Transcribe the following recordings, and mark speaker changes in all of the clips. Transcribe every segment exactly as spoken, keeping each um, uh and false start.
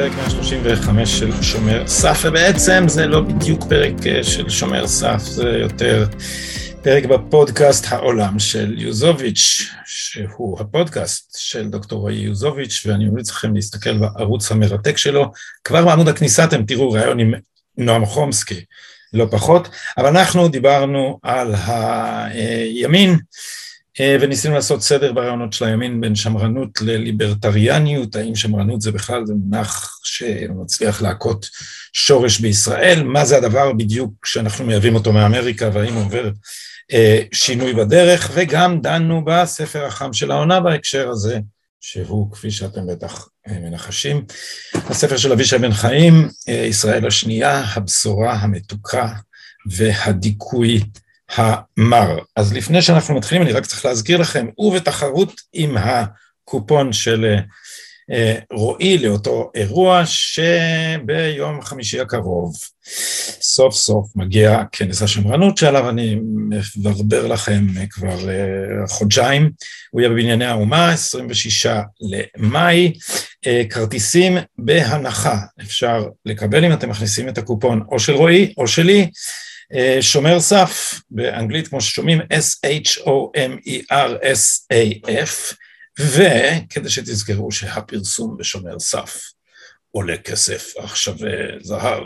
Speaker 1: פרק מאה שלושים וחמש של שומר סף, ובעצם זה לא בדיוק פרק של שומר סף, זה יותר פרק בפודקאסט העולם של יוזוביץ', שהוא הפודקאסט של דוקטור רועי יוזוביץ', ואני ממליץ לכם להסתכל בערוץ המרתק שלו. כבר בעמוד הכניסה אתם תראו ראיון עם נועם חומסקי, לא פחות, אבל אנחנו דיברנו על הימין, וניסינו לעשות סדר ברעיונות של הימין בין שמרנות לליברטריאניות, האם שמרנות זה בכלל זה מונח שמצליח להכות שורש בישראל, מה זה הדבר בדיוק שאנחנו מייבאים אותו מאמריקה, והאם עובר אה, שינוי בדרך, וגם דנו בספר החם של העונה בהקשר הזה, שהוא כפי שאתם בטח מנחשים, הספר של אבישי בן חיים, אה, ישראל השנייה, הבשורה המתוקה והדיכוי המר. אז לפני שאנחנו מתחילים, אני רק צריך להזכיר לכם, ובתחרות עם הקופון של אה, רועי לאותו אירוע, שביום חמישי הקרוב, סוף סוף מגיע כנס השמרנות, שעליו אני מברבר לכם כבר אה, חודשיים, הוא יהיה בבנייני האומה, עשרים ושישה למאי, אה, כרטיסים בהנחה, אפשר לקבל אם אתם מכניסים את הקופון או של רועי או שלי, שומר סף, באנגלית כמו ששומעים, אס אייץ' או אם אי אר אס איי אף, וכדי שתזכרו שהפרסום בשומר סף עולה כסף, אך שווה זהב.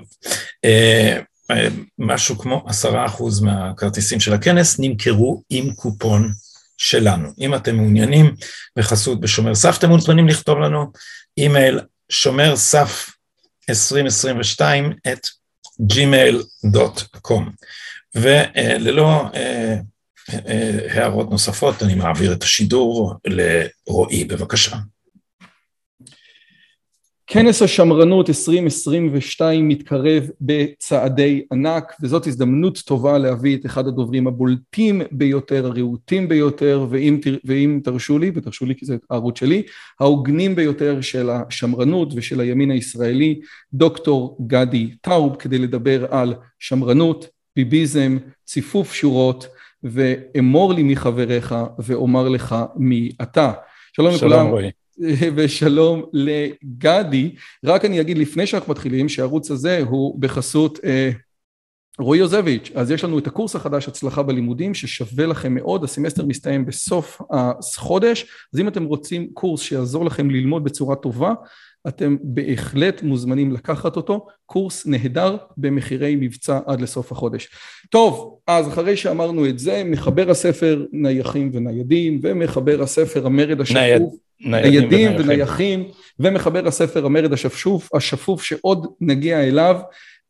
Speaker 1: משהו כמו עשרה אחוז מהכרטיסים של הכנס נמכרו עם קופון שלנו. אם אתם מעוניינים בחסות בשומר סף, אתם מוזמנים לכתוב לנו אימייל שומר סף עשרים עשרים ושתיים את ג'ימייל דוט קום, וללא הערות נוספות אני מעביר את השידור לרועי, בבקשה.
Speaker 2: כנס השמרנות עשרים עשרים ושתיים מתקרב בצעדי ענק, וזאת הזדמנות טובה להביא את אחד הדוברים הבולטים ביותר, הרהוטים ביותר, ואם, ואם תרשו לי, ותרשו לי כי זה הערוץ שלי, ההוגנים ביותר של השמרנות ושל הימין הישראלי, דוקטור גדי טאוב, כדי לדבר על שמרנות, ביביזם, ציפוף שורות, ואמור לי מחבריך ואומר לך מי אתה. שלום לכולם.
Speaker 1: שלום רועי.
Speaker 2: ושלום לגדי. רק אני אגיד לפני שאנחנו מתחילים שהערוץ הזה הוא בחסות אה, רועי יוזוביץ'. אז יש לנו את הקורס החדש הצלחה בלימודים ששווה לכם מאוד, הסמסטר מסתיים בסוף החודש, אז אם אתם רוצים קורס שיעזור לכם ללמוד בצורה טובה, אתם בהחלט מוזמנים לקחת אותו, קורס נהדר במחירי מבצע עד לסוף החודש. טוב, אז אחרי שאמרנו את זה, מחבר הספר נייחים וניידים, ומחבר הספר המרד השפוף, נייד, ניידים, ניידים ונייחים, ומחבר הספר המרד השפוף, השפוף שעוד נגיע אליו,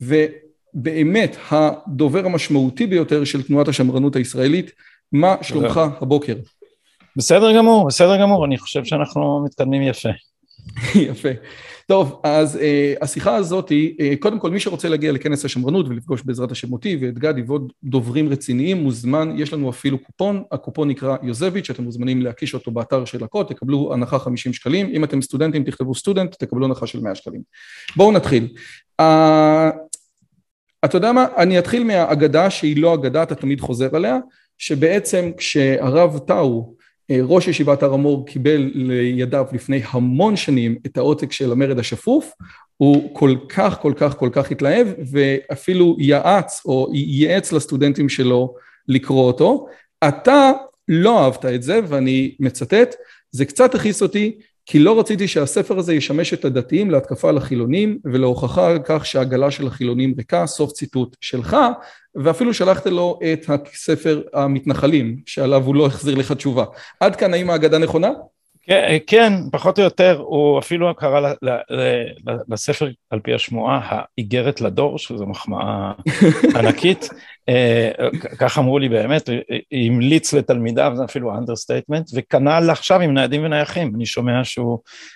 Speaker 2: ובאמת הדובר המשמעותי ביותר של תנועת השמרנות הישראלית, מה שלומך הבוקר?
Speaker 1: בסדר גמור, בסדר גמור, אני חושב שאנחנו מתקדמים יפה.
Speaker 2: יפה. טוב, אז אה, השיחה הזאת היא, אה, קודם כל מי שרוצה להגיע לכנס השמרנות ולפגוש בעזרת השם אותי ואת גדי ועוד דוברים רציניים, מוזמן, יש לנו אפילו קופון, הקופון נקרא יוזביץ', אתם מוזמנים להקיש אותו באתר של הקוד, תקבלו הנחה חמישים שקלים, אם אתם סטודנטים תכתבו סטודנט, תקבלו הנחה של מאה שקלים. בואו נתחיל. אה, אתה יודע מה? אני אתחיל מהאגדה שהיא לא אגדה, אתה תמיד חוזר עליה, שבעצם כשהרב טאו, ראש ישיבת הר המור קיבל לידיו לפני המון שנים את העותק של המרד השפוף, הוא כל כך כל כך כל כך התלהב, ואפילו יעץ או ייעץ לסטודנטים שלו לקרוא אותו. אתה לא אהבת את זה, ואני מצטט, זה קצת הכעיס אותי, כי לא רציתי שהספר הזה ישמש את הדתיים להתקפה על החילונים, ולהוכחה על כך שהעגלה של החילונים ריקה, סוף ציטוט שלך, ואפילו שלחת לו את הספר המתנחלים, שעליו הוא לא החזיר לך תשובה. עד כאן, האם האגדה נכונה?
Speaker 1: כן, כן, פחות או יותר, הוא אפילו קרא לספר על פי השמועה, האיגרת לדור, שזו מחמאה ענקית, כך אמרו לי באמת, המליץ לתלמידיו, זה אפילו אנדרסטייטמנט, וכנ"ל עכשיו עם ניידים ונייחים, אני שומע שהוא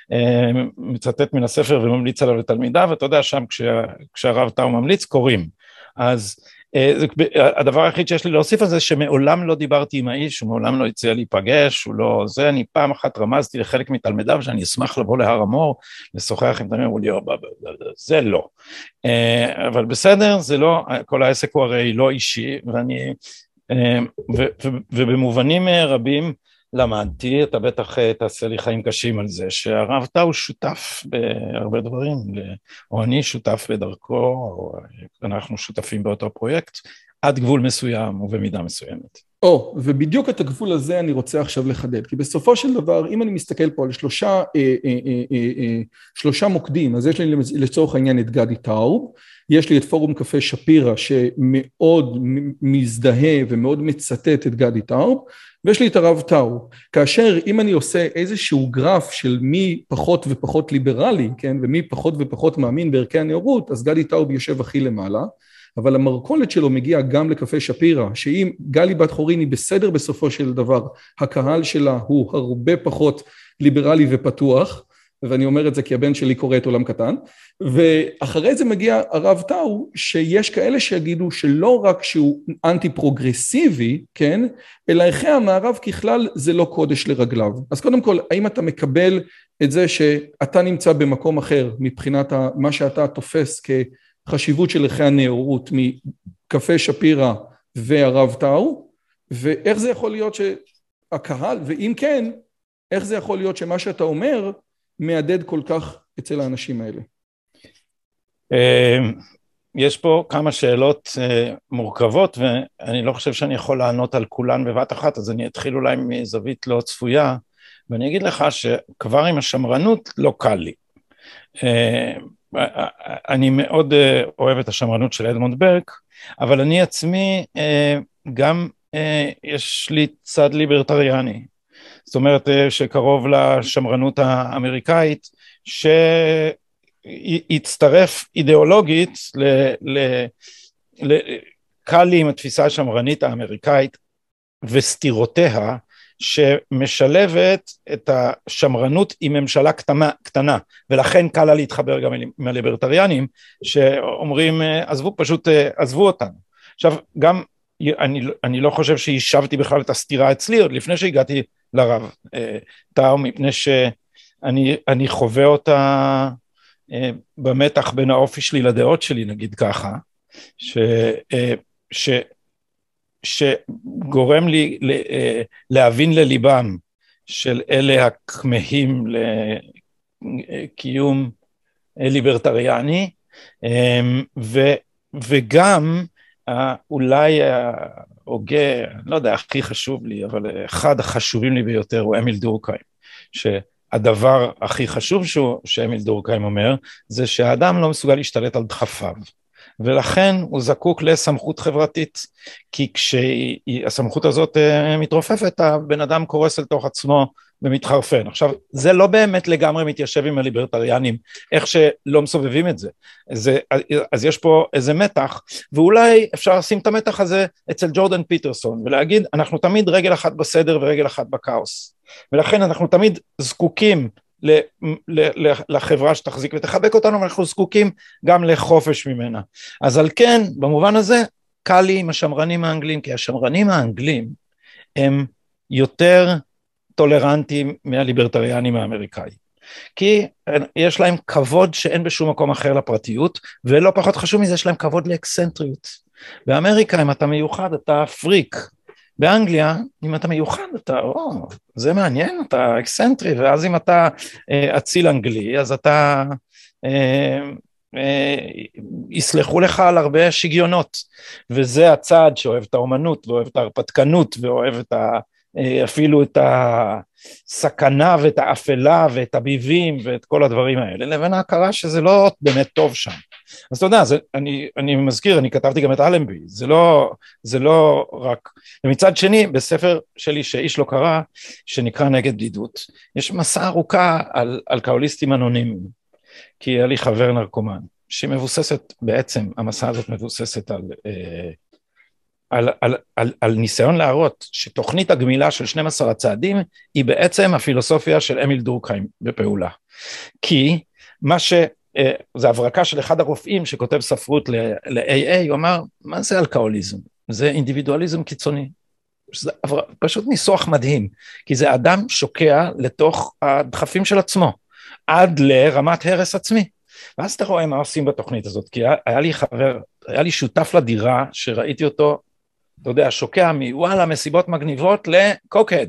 Speaker 1: מצטט מן הספר וממליץ עליו לתלמידיו, ואתה יודע שם כשהרב טאו ממליץ, קוראים. אז הדבר היחיד שיש לי להוסיף על זה, שמעולם לא דיברתי עם האיש, הוא מעולם לא הציע להיפגש, הוא לא זה, אני פעם אחת רמזתי לחלק מתלמידיו, שאני אשמח לבוא להר המור, לשוחח עם תלמידים, הוא לי, זה לא. אבל בסדר, זה לא, כל העסק הוא הרי לא אישי, ואני, ובמובנים רבים, למדתי, אתה בטח תעשה לי חיים קשים על זה, שהרב טאו שותף בהרבה דברים, או אני שותף בדרכו, או אנחנו שותפים באותו פרויקט, עד גבול מסוים ובמידה מסוימת.
Speaker 2: או, ובדיוק את הגבול הזה אני רוצה עכשיו לחדד, כי בסופו של דבר, אם אני מסתכל פה על שלושה, אה, אה, אה, אה, אה, שלושה מוקדים, אז יש לי לצורך העניין את גדי טאוב, יש לי את פורום קפה שפירא, שמאוד מזדהה ומאוד מצטט את גדי טאוב, ויש לי את הרב טאו, כאשר אם אני עושה איזשהו גרף של מי פחות ופחות ליברלי, כן, ומי פחות ופחות מאמין בערכי הנאורות, אז גדי טאוב יושב הכי למעלה, אבל המרכולת שלו מגיעה גם לקפה שפירא, שאם גלי בת חורין היא בסדר בסופו של דבר, הקהל שלה הוא הרבה פחות ליברלי ופתוח, ואני אומר את זה כי הבן שלי קורא את עולם קטן, ואחרי זה מגיע הרב טאו, שיש כאלה שיגידו שלא רק שהוא אנטי פרוגרסיבי, כן, אלא אחרי המערב ככלל זה לא קודש לרגליו. אז קודם כל, האם אתה מקבל את זה שאתה נמצא במקום אחר, מבחינת מה שאתה תופס כחשיבות של ערכי הנאורות, מקפה שפירא והרב טאו, ואיך זה יכול להיות שהקהל, ואם כן, איך זה יכול להיות שמה שאתה אומר, מעדד כל כך אצל האנשים האלה?
Speaker 1: יש פה כמה שאלות מורכבות, ואני לא חושב שאני יכול לענות על כולן בבת אחת, אז אני אתחיל אולי מזווית לא צפויה, ואני אגיד לך שכבר עם השמרנות לא קל לי. אני מאוד אוהב את השמרנות של אדמונד ברק, אבל אני עצמי גם יש לי צד ליברטריאני, זאת אומרת שקרוב לשמרנות האמריקאית, שהצטרף אידיאולוגית קל לי עם התפיסה השמרנית האמריקאית וסתירותיה, שמשלבת את השמרנות עם ממשלה קטנה, קטנה, ולכן קל לה להתחבר גם עם הליברטריאנים, שאומרים עזבו, פשוט עזבו אותנו. עכשיו גם אני, אני לא חושב שישבתי בכלל את הסתירה אצלי, עוד לפני שהגעתי לרב טאו, מפני שאני אני חווה אותה במתח בין האופי שלי לדעות שלי, נגיד ככה, ש, ש, שגורם לי להבין לליבם של אלה הכמהים לקיום ליברטריאני, ו, וגם אולי ההוגה, לא יודע, הכי חשוב לי, אבל אחד החשובים לי ביותר הוא אמיל דורקהיים, שהדבר הכי חשוב שהוא, שאמיל דורקהיים אומר, זה שהאדם לא מסוגל להשתלט על דחפיו, ולכן הוא זקוק לסמכות חברתית, כי כשהסמכות הזאת מתרופפת, הבן אדם קורס אל תוך עצמו ומתחרפן. עכשיו, זה לא באמת לגמרי מתיישב עם הליברטריאנים, איך שלא מסובבים את זה. זה, אז יש פה איזה מתח, ואולי אפשר לשים את המתח הזה אצל ג'ורדן פיטרסון, ולהגיד, אנחנו תמיד רגל אחת בסדר ורגל אחת בכאוס, ולכן אנחנו תמיד זקוקים לחברה שתחזיק ותחבק אותנו, ואנחנו זקוקים גם לחופש ממנה. אז על כן, במובן הזה, קל לי עם השמרנים האנגלים, כי השמרנים האנגלים הם יותר טולרנטים מהליברטריאנים האמריקאים, כי יש להם כבוד שאין בשום מקום אחר לפרטיות, ולא פחות חשוב מזה, יש להם כבוד לאקסנטריות. באמריקה, אם אתה מיוחד, אתה פריק. באנגליה, אם אתה מיוחד, אתה, או, זה מעניין, אתה אקסנטרי, ואז אם אתה אה, אציל אנגלי, אז אתה, אה, אה, יסלחו לך על הרבה שגיונות, וזה הצד שאוהב את האומנות, ואוהב את ההרפתקנות, ואוהב את ה... אפילו את הסכנה ואת האפלה ואת הביבים ואת כל הדברים האלה, לבין ההכרה שזה לא באמת טוב שם. אז אתה יודע, זה, אני, אני מזכיר, אני כתבתי גם את אלנבי, זה לא, זה לא רק, ומצד שני, בספר שלי שאיש לא קרא, שנקרא נגד בדידות, יש מסע ארוכה על, על אלכוהוליסטים אנונימיים, כי היה לי חבר נרקומן, שהיא מבוססת, בעצם המסע הזאת מבוססת על... על, על, על, על ניסיון להראות שתוכנית הגמילה של שנים עשר הצעדים היא בעצם הפילוסופיה של אמיל דורקהיים בפעולה. כי מה ש... זה הברקה של אחד הרופאים שכותב ספרות ל-איי איי, הוא אמר, מה זה אלכוהוליזם? זה אינדיבידואליזם קיצוני. זה פשוט ניסוח מדהים, כי זה אדם שוקע לתוך הדחפים של עצמו, עד לרמת הרס עצמי. ואז אתה רואה מה עושים בתוכנית הזאת, כי היה לי חבר, היה לי שותף לדירה שראיתי אותו, אתה יודע, שוקע מוואלה, מסיבות מגניבות לקוקד,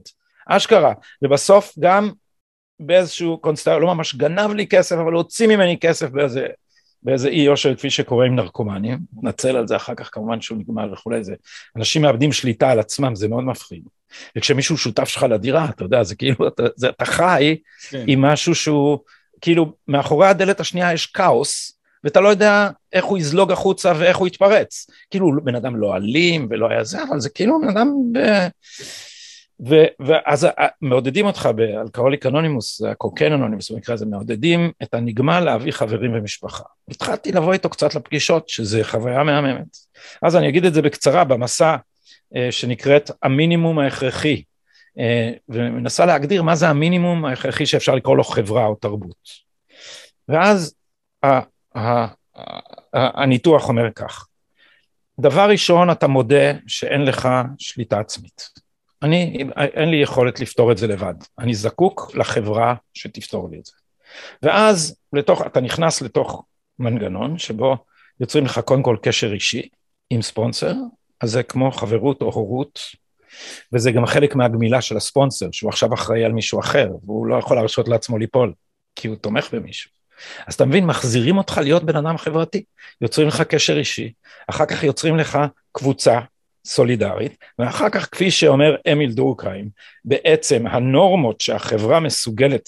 Speaker 1: אשכרה, ובסוף גם באיזשהו קונסטרט, לא ממש גנב לי כסף, אבל הוציא ממני כסף באיזה, באיזה אי יושר, כפי שקורה עם נרקומנים, נצל על זה אחר כך כמובן שהוא נגמר וכולי, זה, אנשים מאבדים שליטה על עצמם, זה מאוד מפחיד, וכשמישהו שותף שלך לדירה, אתה יודע, זה כאילו, אתה, זה, אתה חי כן. עם משהו שהוא, כאילו, מאחורי הדלת השנייה יש כאוס, ואתה לא יודע איך הוא יזלוג החוצה ואיך הוא יתפרץ, כאילו, בן אדם לא אלים ולא היה זה, אבל זה כאילו בן אדם ב... ו- ואז מעודדים אותך באלכוהוליק אנונימוס, הקוקן אנונימוס במקרה הזה, מעודדים את הנגמל להביא חברים ומשפחה. התחלתי לבוא איתו קצת לפגישות, שזה חוויה מהממת. אז אני אגיד את זה בקצרה, במסע אה, שנקראת המינימום ההכרחי, אה, ומנסה להגדיר מה זה המינימום ההכרחי שאפשר לקרוא לו חברה או תרבות. ואז ה- ה- ה- ה- הניתוח אומר כך, דבר ראשון אתה מודה שאין לך שליטה עצמית. אני, אין לי יכולת לפתור את זה לבד, אני זקוק לחברה שתפתור לי את זה. ואז לתוך, אתה נכנס לתוך מנגנון שבו יוצרים לך קודם כל קשר אישי עם ספונסר, אז זה כמו חברות או הורות, וזה גם חלק מהגמילה של הספונסר, שהוא עכשיו אחראי על מישהו אחר, והוא לא יכול להרשות לעצמו ליפול, כי הוא תומך במישהו. אז אתה מבין, מחזירים אותך להיות בן אדם חברתי, יוצרים לך קשר אישי, אחר כך יוצרים לך קבוצה, סולידרית, ואחר כך כפי שאומר אמיל דורקהיים, בעצם הנורמות שהחברה מסוגלת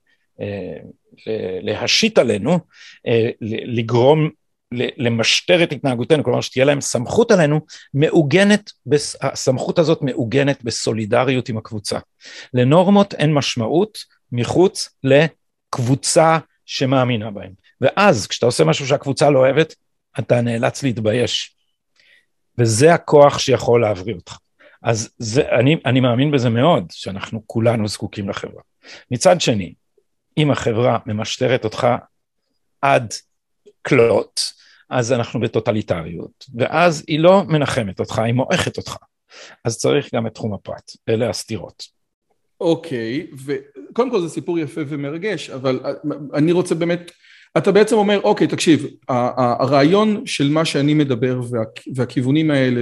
Speaker 1: להשית עלינו, לגרום, למשטר את התנהגותנו, כלומר שתהיה להם סמכות עלינו, מעוגנת, הסמכות הזאת מעוגנת בסולידריות עם הקבוצה. לנורמות אין משמעות מחוץ לקבוצה שמאמינה בהם. ואז כשאתה עושה משהו שהקבוצה לא אוהבת, אתה נאלץ להתבייש. וזה הכוח שיכול להבריא אותך. אז זה, אני, אני מאמין בזה מאוד, שאנחנו כולנו זקוקים לחברה. מצד שני, אם החברה ממשטרת אותך עד כלות, אז אנחנו בטוטליטריות, ואז היא לא מנחמת אותך, היא מועכת אותך. אז צריך גם את תחום הפרט, אלה הסתירות.
Speaker 2: אוקיי, וקודם כל זה סיפור יפה ומרגש, אבל אני רוצה באמת, אתה בעצם אומר, אוקיי, תקשיב, הרעיון של מה שאני מדבר והכיוונים האלה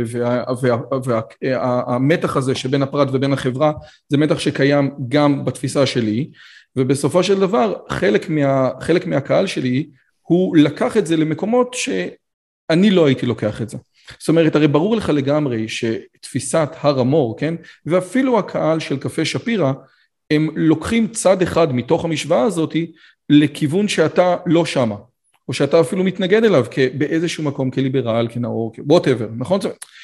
Speaker 2: והמתח הזה שבין הפרט ובין החברה, זה מתח שקיים גם בתפיסה שלי, ובסופו של דבר, חלק מה, חלק מהקהל שלי, הוא לקח את זה למקומות שאני לא הייתי לוקח את זה. זאת אומרת, הרי ברור לך לגמרי שתפיסת הר המור, כן? ואפילו הקהל של קפה שפירא, הם לוקחים צד אחד מתוך המשוואה הזאת לכיוון שאתה לא שמה, או שאתה אפילו מתנגד אליו באיזשהו מקום כליברל, כנאור, whatever, נכון?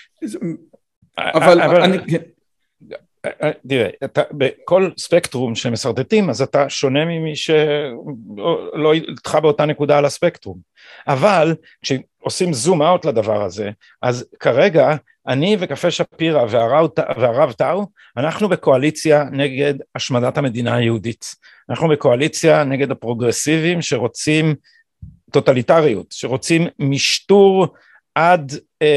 Speaker 2: אבל אני...
Speaker 1: תראה, בכל ספקטרום שמסרטטים, אז אתה שונה ממי שלא איתך באותה נקודה על הספקטרום. אבל כשעושים זום אאוט לדבר הזה, אז כרגע אני וקפה שפירא והרב טאו, אנחנו בקואליציה נגד השמדת המדינה היהודית. אנחנו בקואליציה נגד הפרוגרסיבים שרוצים טוטליטריות, שרוצים משטור עד...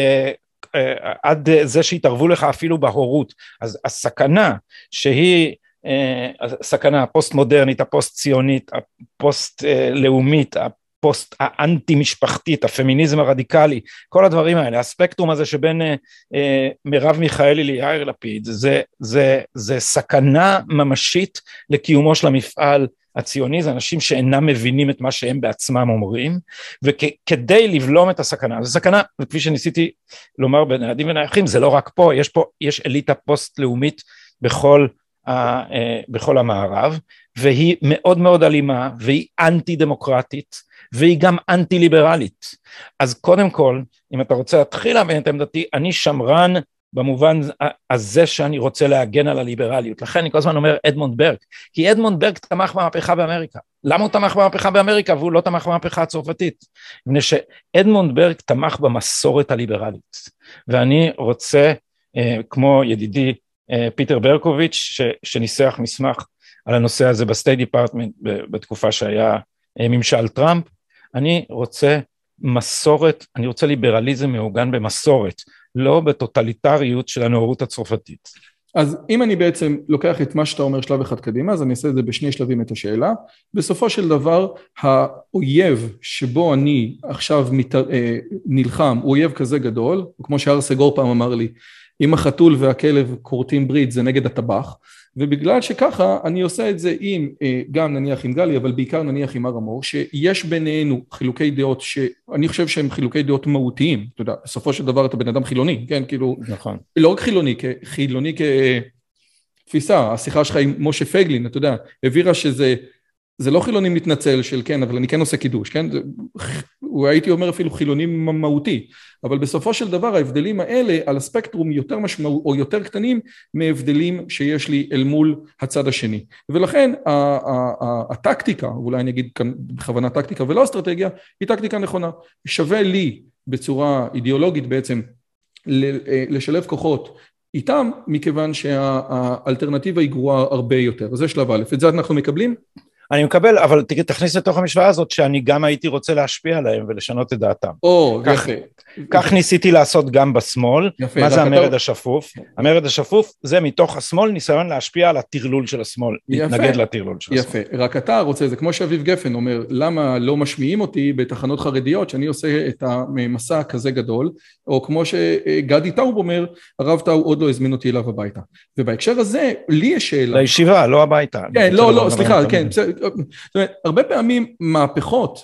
Speaker 1: עד זה שהתערבו לך אפילו בהורות. אז הסכנה שהיא הסכנה הפוסט מודרנית, הפוסט ציונית, הפוסט לאומית, הפוסט האנטי משפחתית, הפמיניזם הרדיקלי, כל הדברים האלה, הספקטרום הזה שבין מרב מיכאלי ליאיר לפיד, זה, זה, זה סכנה ממשית לקיומו של המפעל הציוני, זה אנשים שאינם מבינים את מה שהם בעצמם אומרים, וכדי לבלום את הסכנה, זו סכנה, וכפי שניסיתי לומר בנעדים ונייחים, זה לא רק פה, יש פה, יש אליטה פוסט-לאומית בכל, ה, בכל המערב, והיא מאוד מאוד אלימה, והיא אנטי-דמוקרטית, והיא גם אנטי-ליברלית. אז קודם כל, אם אתה רוצה להתחיל להבין את עמדתי, אני שמרן, במובן הזה שאני רוצה להגן על הליברליות. לכן אני כל הזמן אומר אדמונד ברק, כי אדמונד ברק תמך במהפכה באמריקה. למה הוא תמך במהפכה באמריקה והוא לא תמך במהפכה הצרפתית? מפני שאדמונד ברק תמך במסורת הליברלית. ואני רוצה, כמו ידידי פיטר ברקוביץ', ש, שניסח מסמך על הנושא הזה בסטייט דיפרטמנט בתקופה שהיה ממשל טראמפ, אני רוצה מסורת, אני רוצה ליברליזם מעוגן במסורת, לא בטוטליטריות של הנאורות הצרפתית.
Speaker 2: אז אם אני בעצם לוקח את מה שאתה אומר שלב אחד קדימה, אז אני אעשה את זה בשני שלבים את השאלה. בסופו של דבר, האויב שבו אני עכשיו מת... נלחם, הוא אויב כזה גדול, כמו שהר סגור פעם אמר לי, אם החתול והכלב קורטים ברית זה נגד הטבח, ובגלל שככה אני עושה את זה עם, גם נניח עם גלי, אבל בעיקר נניח עם הר המור, שיש בינינו חילוקי דעות שאני חושב שהם חילוקי דעות מהותיים, אתה יודע, בסופו של דבר אתה בן אדם חילוני, כן, כאילו,
Speaker 1: נכון.
Speaker 2: לא רק חילוני, חילוני כתפיסה, השיחה שלך עם משה פייגלין, אתה יודע, העבירה שזה, זה לא חילוני מתנצל של כן, אבל אני כן עושה קידוש, כן? הוא הייתי אומר אפילו חילוני מהותי, אבל בסופו של דבר ההבדלים האלה על הספקטרום יותר משמעות או יותר קטנים מהבדלים שיש לי אל מול הצד השני. ולכן הטקטיקה, אולי אני אגיד כאן בכוונה טקטיקה ולא אסטרטגיה, היא טקטיקה נכונה. שווה לי בצורה אידיאולוגית בעצם לשלב כוחות איתם, מכיוון שהאלטרנטיבה היא גרועה הרבה יותר. זה שלב א', את זה אנחנו מקבלים?
Speaker 1: אני מקבל, אבל תכניס לתוך המשוואה הזאת שאני גם הייתי רוצה להשפיע עליהם ולשנות את דעתם.
Speaker 2: או, יפה.
Speaker 1: כך ניסיתי לעשות גם בשמאל. מה זה המרד השפוף? המרד השפוף זה מתוך השמאל ניסיון להשפיע על הטרלול של השמאל, להתנגד לטרלול של השמאל.
Speaker 2: יפה, רק אתה רוצה, זה כמו שאביב גפן אומר, למה לא משמיעים אותי בתחנות חרדיות שאני עושה את המסע כזה גדול, או כמו שגדי טאוב אומר, הרב טאוב עוד לא הזמין אותי אליו הביתה. ובהקשר הזה, לי יש שאלה.
Speaker 1: לישיבה, לא הביתה.
Speaker 2: כן, לא, לא, סליחה, כן, זאת אומרת, הרבה פעמים מהפכות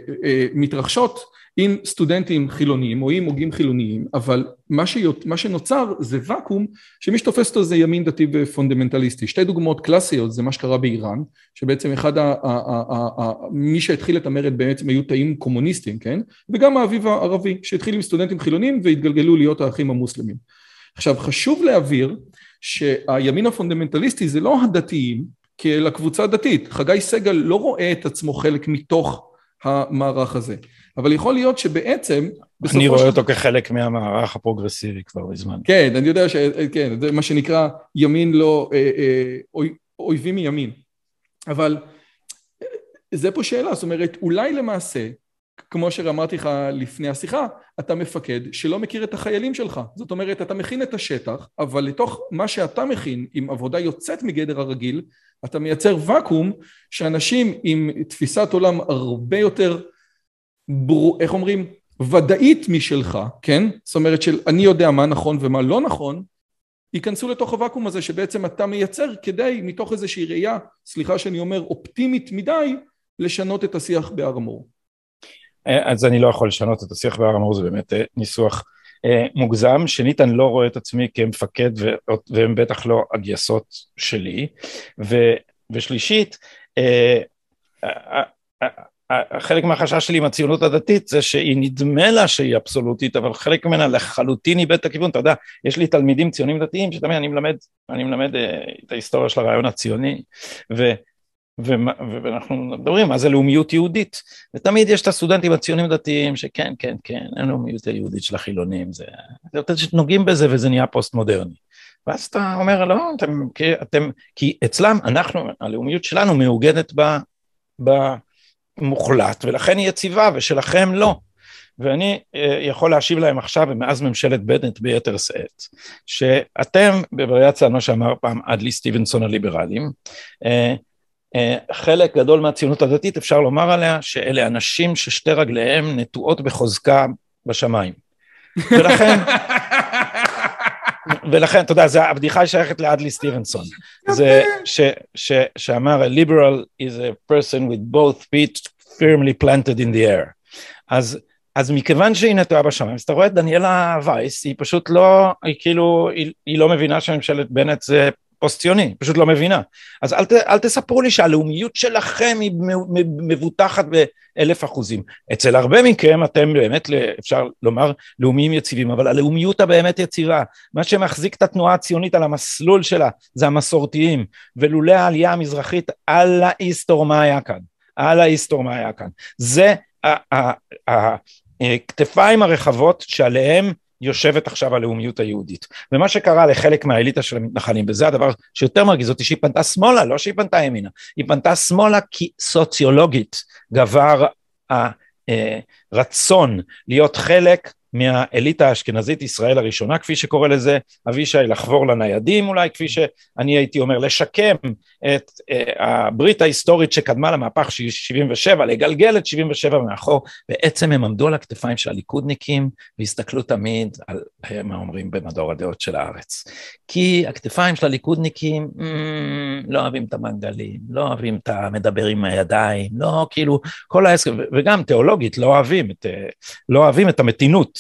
Speaker 2: שמתרחשות עם סטודנטים חילוניים או עם הוגים חילוניים, אבל מה, שיות, מה שנוצר זה וקום שמי שתופס אותו זה ימין דתי ופונדמנטליסטי. שתי דוגמאות קלאסיות זה מה שקרה באיראן, שבעצם אחד, ה, ה, ה, ה, ה, מי שהתחיל את המרד בעצם היו תאים קומוניסטים, כן? וגם האביב הערבי שהתחיל עם סטודנטים חילוניים והתגלגלו להיות האחים המוסלמים. עכשיו חשוב להבהיר שהימין הפונדמנטליסטי זה לא הדתיים, כאל הקבוצה הדתית. חגי סגל לא רואה את עצמו חלק מתוך המערך הזה. אבל יכול להיות שבעצם...
Speaker 1: אני רואה אותו כחלק מהמערך הפרוגרסיבי כבר בזמן.
Speaker 2: כן, אני יודע שכן, זה מה שנקרא ימין לא... אויבים מימין. אבל זה פה שאלה, זאת אומרת, אולי למעשה, כמו שאמרתי לך לפני השיחה, אתה מפקד שלא מכיר את החיילים שלך. זאת אומרת, אתה מכין את השטח, אבל לתוך מה שאתה מכין, עם עבודה יוצאת מגדר הרגיל, אתה מייצר וקום שאנשים עם תפיסת עולם הרבה יותר, בר... איך אומרים, ודאית משלך, כן? זאת אומרת של אני יודע מה נכון ומה לא נכון, ייכנסו לתוך הוואקום הזה שבעצם אתה מייצר כדי מתוך איזושהי ראייה, סליחה שאני אומר, אופטימית מדי, לשנות את השיח בהר המור.
Speaker 1: אז אני לא יכול לשנות את השיח בהר המור, זה באמת ניסוח מוגזם, שנית אני לא רואה את עצמי כמפקד, והם בטח לא הגייסות שלי, ושלישית, חלק מהחשש שלי עם הציונות הדתית, זה שהיא נדמה לה שהיא אבסולוטית, אבל חלק ממנה לחלוטין איבד את הכיוון, אתה יודע, יש לי תלמידים ציונים דתיים, שתמיד אני מלמד, אני מלמד את ההיסטוריה של הרעיון הציוני, ו... ואנחנו מדברים מה זה לאומיות יהודית, ותמיד יש את הסטודנטים הציונים דתיים שכן, כן, כן, אין לאומיות היהודית של החילונים, זה יותר שנוגעים בזה וזה נהיה פוסט מודרני, ואז אתה אומר לא, אתם, אתם, כי אצלם אנחנו, הלאומיות שלנו מאוגדת במוחלט, ולכן היא יציבה ושלכם לא, ואני יכול להשיב להם עכשיו, ומאז ממשלת בנט ביתר שאת, שאתם בווריאציה, כמו שאמר פעם אדלי סטיבנסון הליברלים, חלק גדול מהציונות הדתית אפשר לומר עליה שאלה אנשים ששתי רגליהם נטועות בחוזקה בשמיים. ולכן, ולכן, אתה יודע, הבדיחה היא שייכת לאדלי סטיבנסון. זה ש, ש, שאמר, a liberal is a person with both feet firmly planted in the air. אז, אז מכיוון שהיא נטועה בשמיים, אז אתה רואה את דניאלה וייס, היא פשוט לא, היא כאילו, היא, היא לא מבינה שממשלת בנט זה פוסט-ציוני, פשוט לא מבינה. אז אל, ת, אל תספרו לי שהלאומיות שלכם היא מבוטחת באלף אחוזים. אצל הרבה מכם אתם באמת, אפשר לומר, לאומיים יציבים, אבל הלאומיות הבאמת יציבה, מה שמחזיק את התנועה הציונית על המסלול שלה, זה המסורתיים, ולולא העלייה המזרחית, על ההיסטור מה היה כאן, על ההיסטור מה היה כאן. זה הכתפיים הרחבות שעליהם יושבת עכשיו הלאומיות היהודית, ומה שקרה לחלק מהאליטה של המתנחלים, וזה הדבר שיותר מרגיז אותי, שהיא פנתה שמאלה, לא שהיא פנתה ימינה, היא פנתה שמאלה כי סוציולוגית גבר הרצון להיות חלק מהאליטה האשכנזית ישראל הראשונה, כפי שקורא לזה אבישי, לחבור לניידים אולי, כפי שאני הייתי אומר, לשקם את הברית ההיסטורית שקדמה למהפך שבעים ושבע, לגלגל את שבעים ושבע מאחור, בעצם הם עמדו על הכתפיים של הליכודניקים, והסתכלו תמיד על מה אומרים במדור הדעות של הארץ. כי הכתפיים של הליכודניקים לא אוהבים את המנגלים, לא אוהבים את המדבר עם הידיים, לא כאילו, כל העסק, וגם תיאולוגית לא אוהבים את, לא אוהבים את המתינות,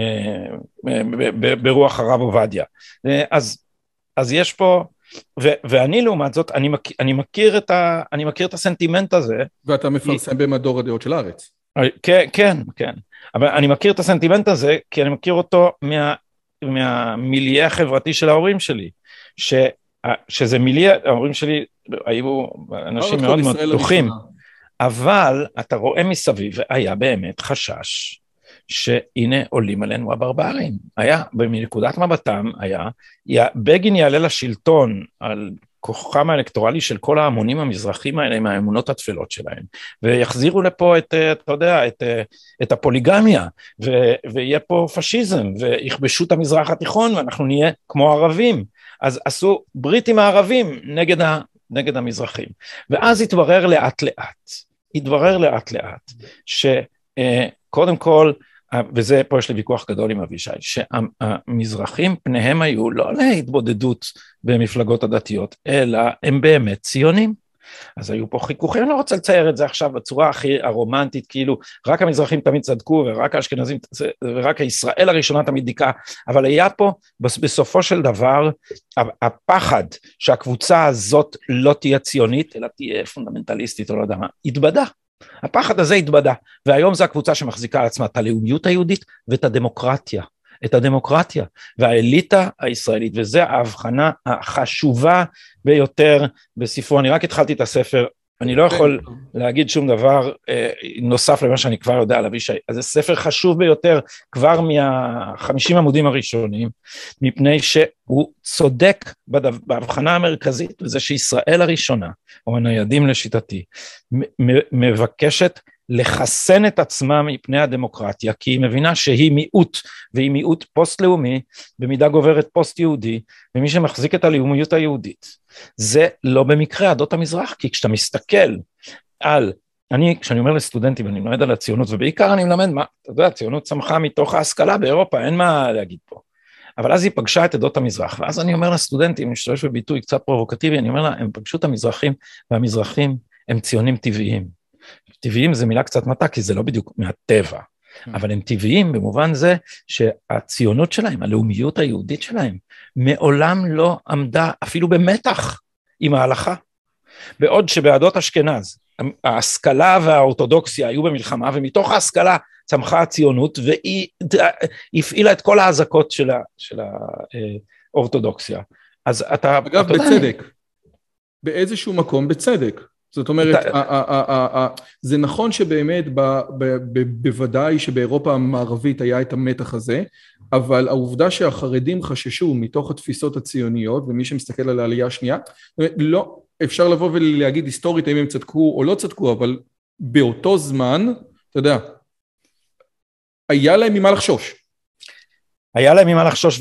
Speaker 1: ברוח הרב עובדיה. אז, אז יש פה, ו, ואני לעומת זאת, אני מכיר, אני מכיר את ה, אני מכיר את הסנטימנט הזה.
Speaker 2: ואתה מפרסם במדור הדעות של הארץ.
Speaker 1: כן, כן, כן. אבל אני מכיר את הסנטימנט הזה, כי אני מכיר אותו מה, מהמיליה החברתי של ההורים שלי, ש, שזה מיליה, ההורים שלי היו אנשים מאוד מאוד פתוחים, אבל אתה רואה מסביב, היה באמת חשש, שהנה עולים עלינו הברברים, היה, בנקודת מבטם היה, בגין יעלה לשלטון על כוחם האלקטורלי של כל ההמונים המזרחים האלה, עם האמונות התפלות שלהם, ויחזירו לפה את, אתה יודע, את, את הפוליגמיה, ו, ויהיה פה פשיזם, ויכבשו את המזרח התיכון, ואנחנו נהיה כמו ערבים, אז עשו ברית עם הערבים נגד, ה, נגד המזרחים, ואז התברר לאט לאט, התברר לאט לאט, שקודם כל, וזה פה יש לי ויכוח גדול עם אבישי, שהמזרחים פניהם היו לא להתבודדות במפלגות הדתיות, אלא הם באמת ציונים. אז היו פה חיכוכים, אני לא רוצה לצייר את זה עכשיו בצורה הכי הרומנטית, כאילו רק המזרחים תמיד צדקו, ורק האשכנזים, ורק הישראל הראשונה תמיד דיקה, אבל היה פה בסופו של דבר, הפחד שהקבוצה הזאת לא תהיה ציונית, אלא תהיה פונדמנטליסטית או לא יודע מה, התבדה. הפחד הזה התבדה, והיום זו הקבוצה שמחזיקה על עצמה את הלאומיות היהודית ואת הדמוקרטיה, את הדמוקרטיה והאליטה הישראלית, וזו ההבחנה החשובה ביותר בספרו. אני רק התחלתי את הספר, אני לא יכול להגיד שום דבר אה, נוסף למה שאני כבר יודע על אבישי, אז זה ספר חשוב ביותר כבר מהחמישים עמודים הראשונים, מפני שהוא צודק בדו, בהבחנה המרכזית, וזה שישראל הראשונה, או הניידים לשיטתי, מבקשת לחסן את עצמה מפני הדמוקרטיה, כי היא מבינה שהיא מיעוט, והיא מיעוט פוסט-לאומי, במידה גוברת פוסט-יהודי, ומי שמחזיק את הלאומיות היהודית. זה לא במקרה עדות המזרח, כי כשאתה מסתכל על, אני, כשאני אומר לסטודנטים, אני מלמד על הציונות, ובעיקר אני מלמד מה, אתה יודע, הציונות צמחה מתוך ההשכלה באירופה, אין מה להגיד פה. אבל אז היא פגשה את עדות המזרח, ואז אני אומר לסטודנטים, אני משתמש בביטוי קצת פרובוקטיבי, אני אומר לה, הם פגשו את המזרחים, והמזרחים הם ציונים טבעיים. טבעיים זה מילה קצת מטה, כי זה לא בדיוק מהטבע, אבל הם טבעיים במובן זה שהציונות שלהם, הלאומיות היהודית שלהם, מעולם לא עמדה אפילו במתח עם ההלכה. בעוד שבעדות אשכנז, ההשכלה והאורתודוקסיה היו במלחמה, ומתוך ההשכלה צמחה הציונות, והיא הפעילה את כל ההזקות של, ה, של האורתודוקסיה. אז אתה...
Speaker 2: אגב, אתה בצדק. יודע... באיזשהו מקום בצדק. זאת אומרת, זה נכון שבאמת בוודאי שבאירופה המערבית היה את המתח הזה, אבל העובדה שהחרדים חששו מתוך התפיסות הציוניות, ומי שמסתכל על העלייה השנייה, לא אפשר לבוא ולהגיד היסטורית האם הם צדקו או לא צדקו, אבל באותו זמן, אתה יודע, היה להם ממה לחשוש.
Speaker 1: היה להם ממה לחשוש,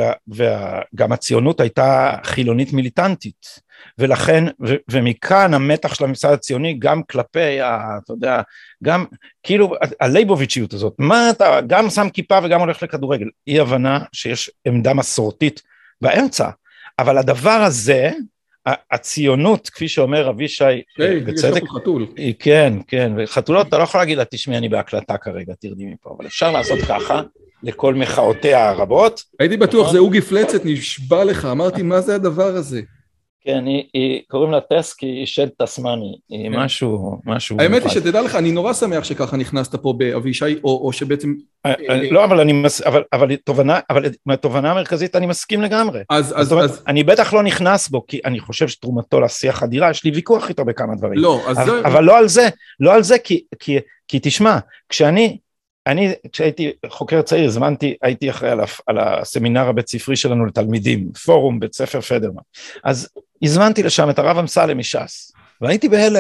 Speaker 1: וגם הציונות הייתה חילונית מיליטנטית, ולכן, ו, ומכאן המתח של הממסד הציוני, גם כלפי, ה, אתה יודע, גם, כאילו, הלייבוביצ'יות הזאת, מה אתה, גם שם כיפה וגם הולך לכדורגל, אי הבנה שיש עמדה מסורתית באמצע, אבל הדבר הזה, הציונות, כפי שאומר אבישי,
Speaker 2: hey, בצדק,
Speaker 1: כן, כן, וחתולות, אתה לא יכול להגיד לה, תשמעי, אני בהקלטה כרגע, תרדי מפה, אבל אפשר לעשות ככה, לכל מחאותיה הרבות.
Speaker 2: הייתי בטוח, זה אוגי פלצת, נשבע לך, אמרתי, מה זה הדבר הזה?
Speaker 1: כן, קוראים לה טס, כי היא שד תסמני, היא משהו, משהו...
Speaker 2: האמת היא שתדע לך, אני נורא שמח שככה נכנסת פה באבישי, או שבעצם...
Speaker 1: לא, אבל אני, אבל תובנה, אבל מהתובנה המרכזית אני מסכים לגמרי. אז, אז... אני בטח לא נכנס בו, כי אני חושב שתרומתו לשיח אדירה, יש לי ויכוח איתו בכמה דברים.
Speaker 2: לא, אז זה...
Speaker 1: אבל לא על זה, לא על זה, כי תשמע, כשאני... אני, כשהייתי חוקר צעיר, זמנתי, הייתי אחראי על, על הסמינר הבית ספרי שלנו לתלמידים, פורום בית ספר פדרמן, אז הזמנתי לשם את הרב אמסלם מש"ס, והייתי בהלם,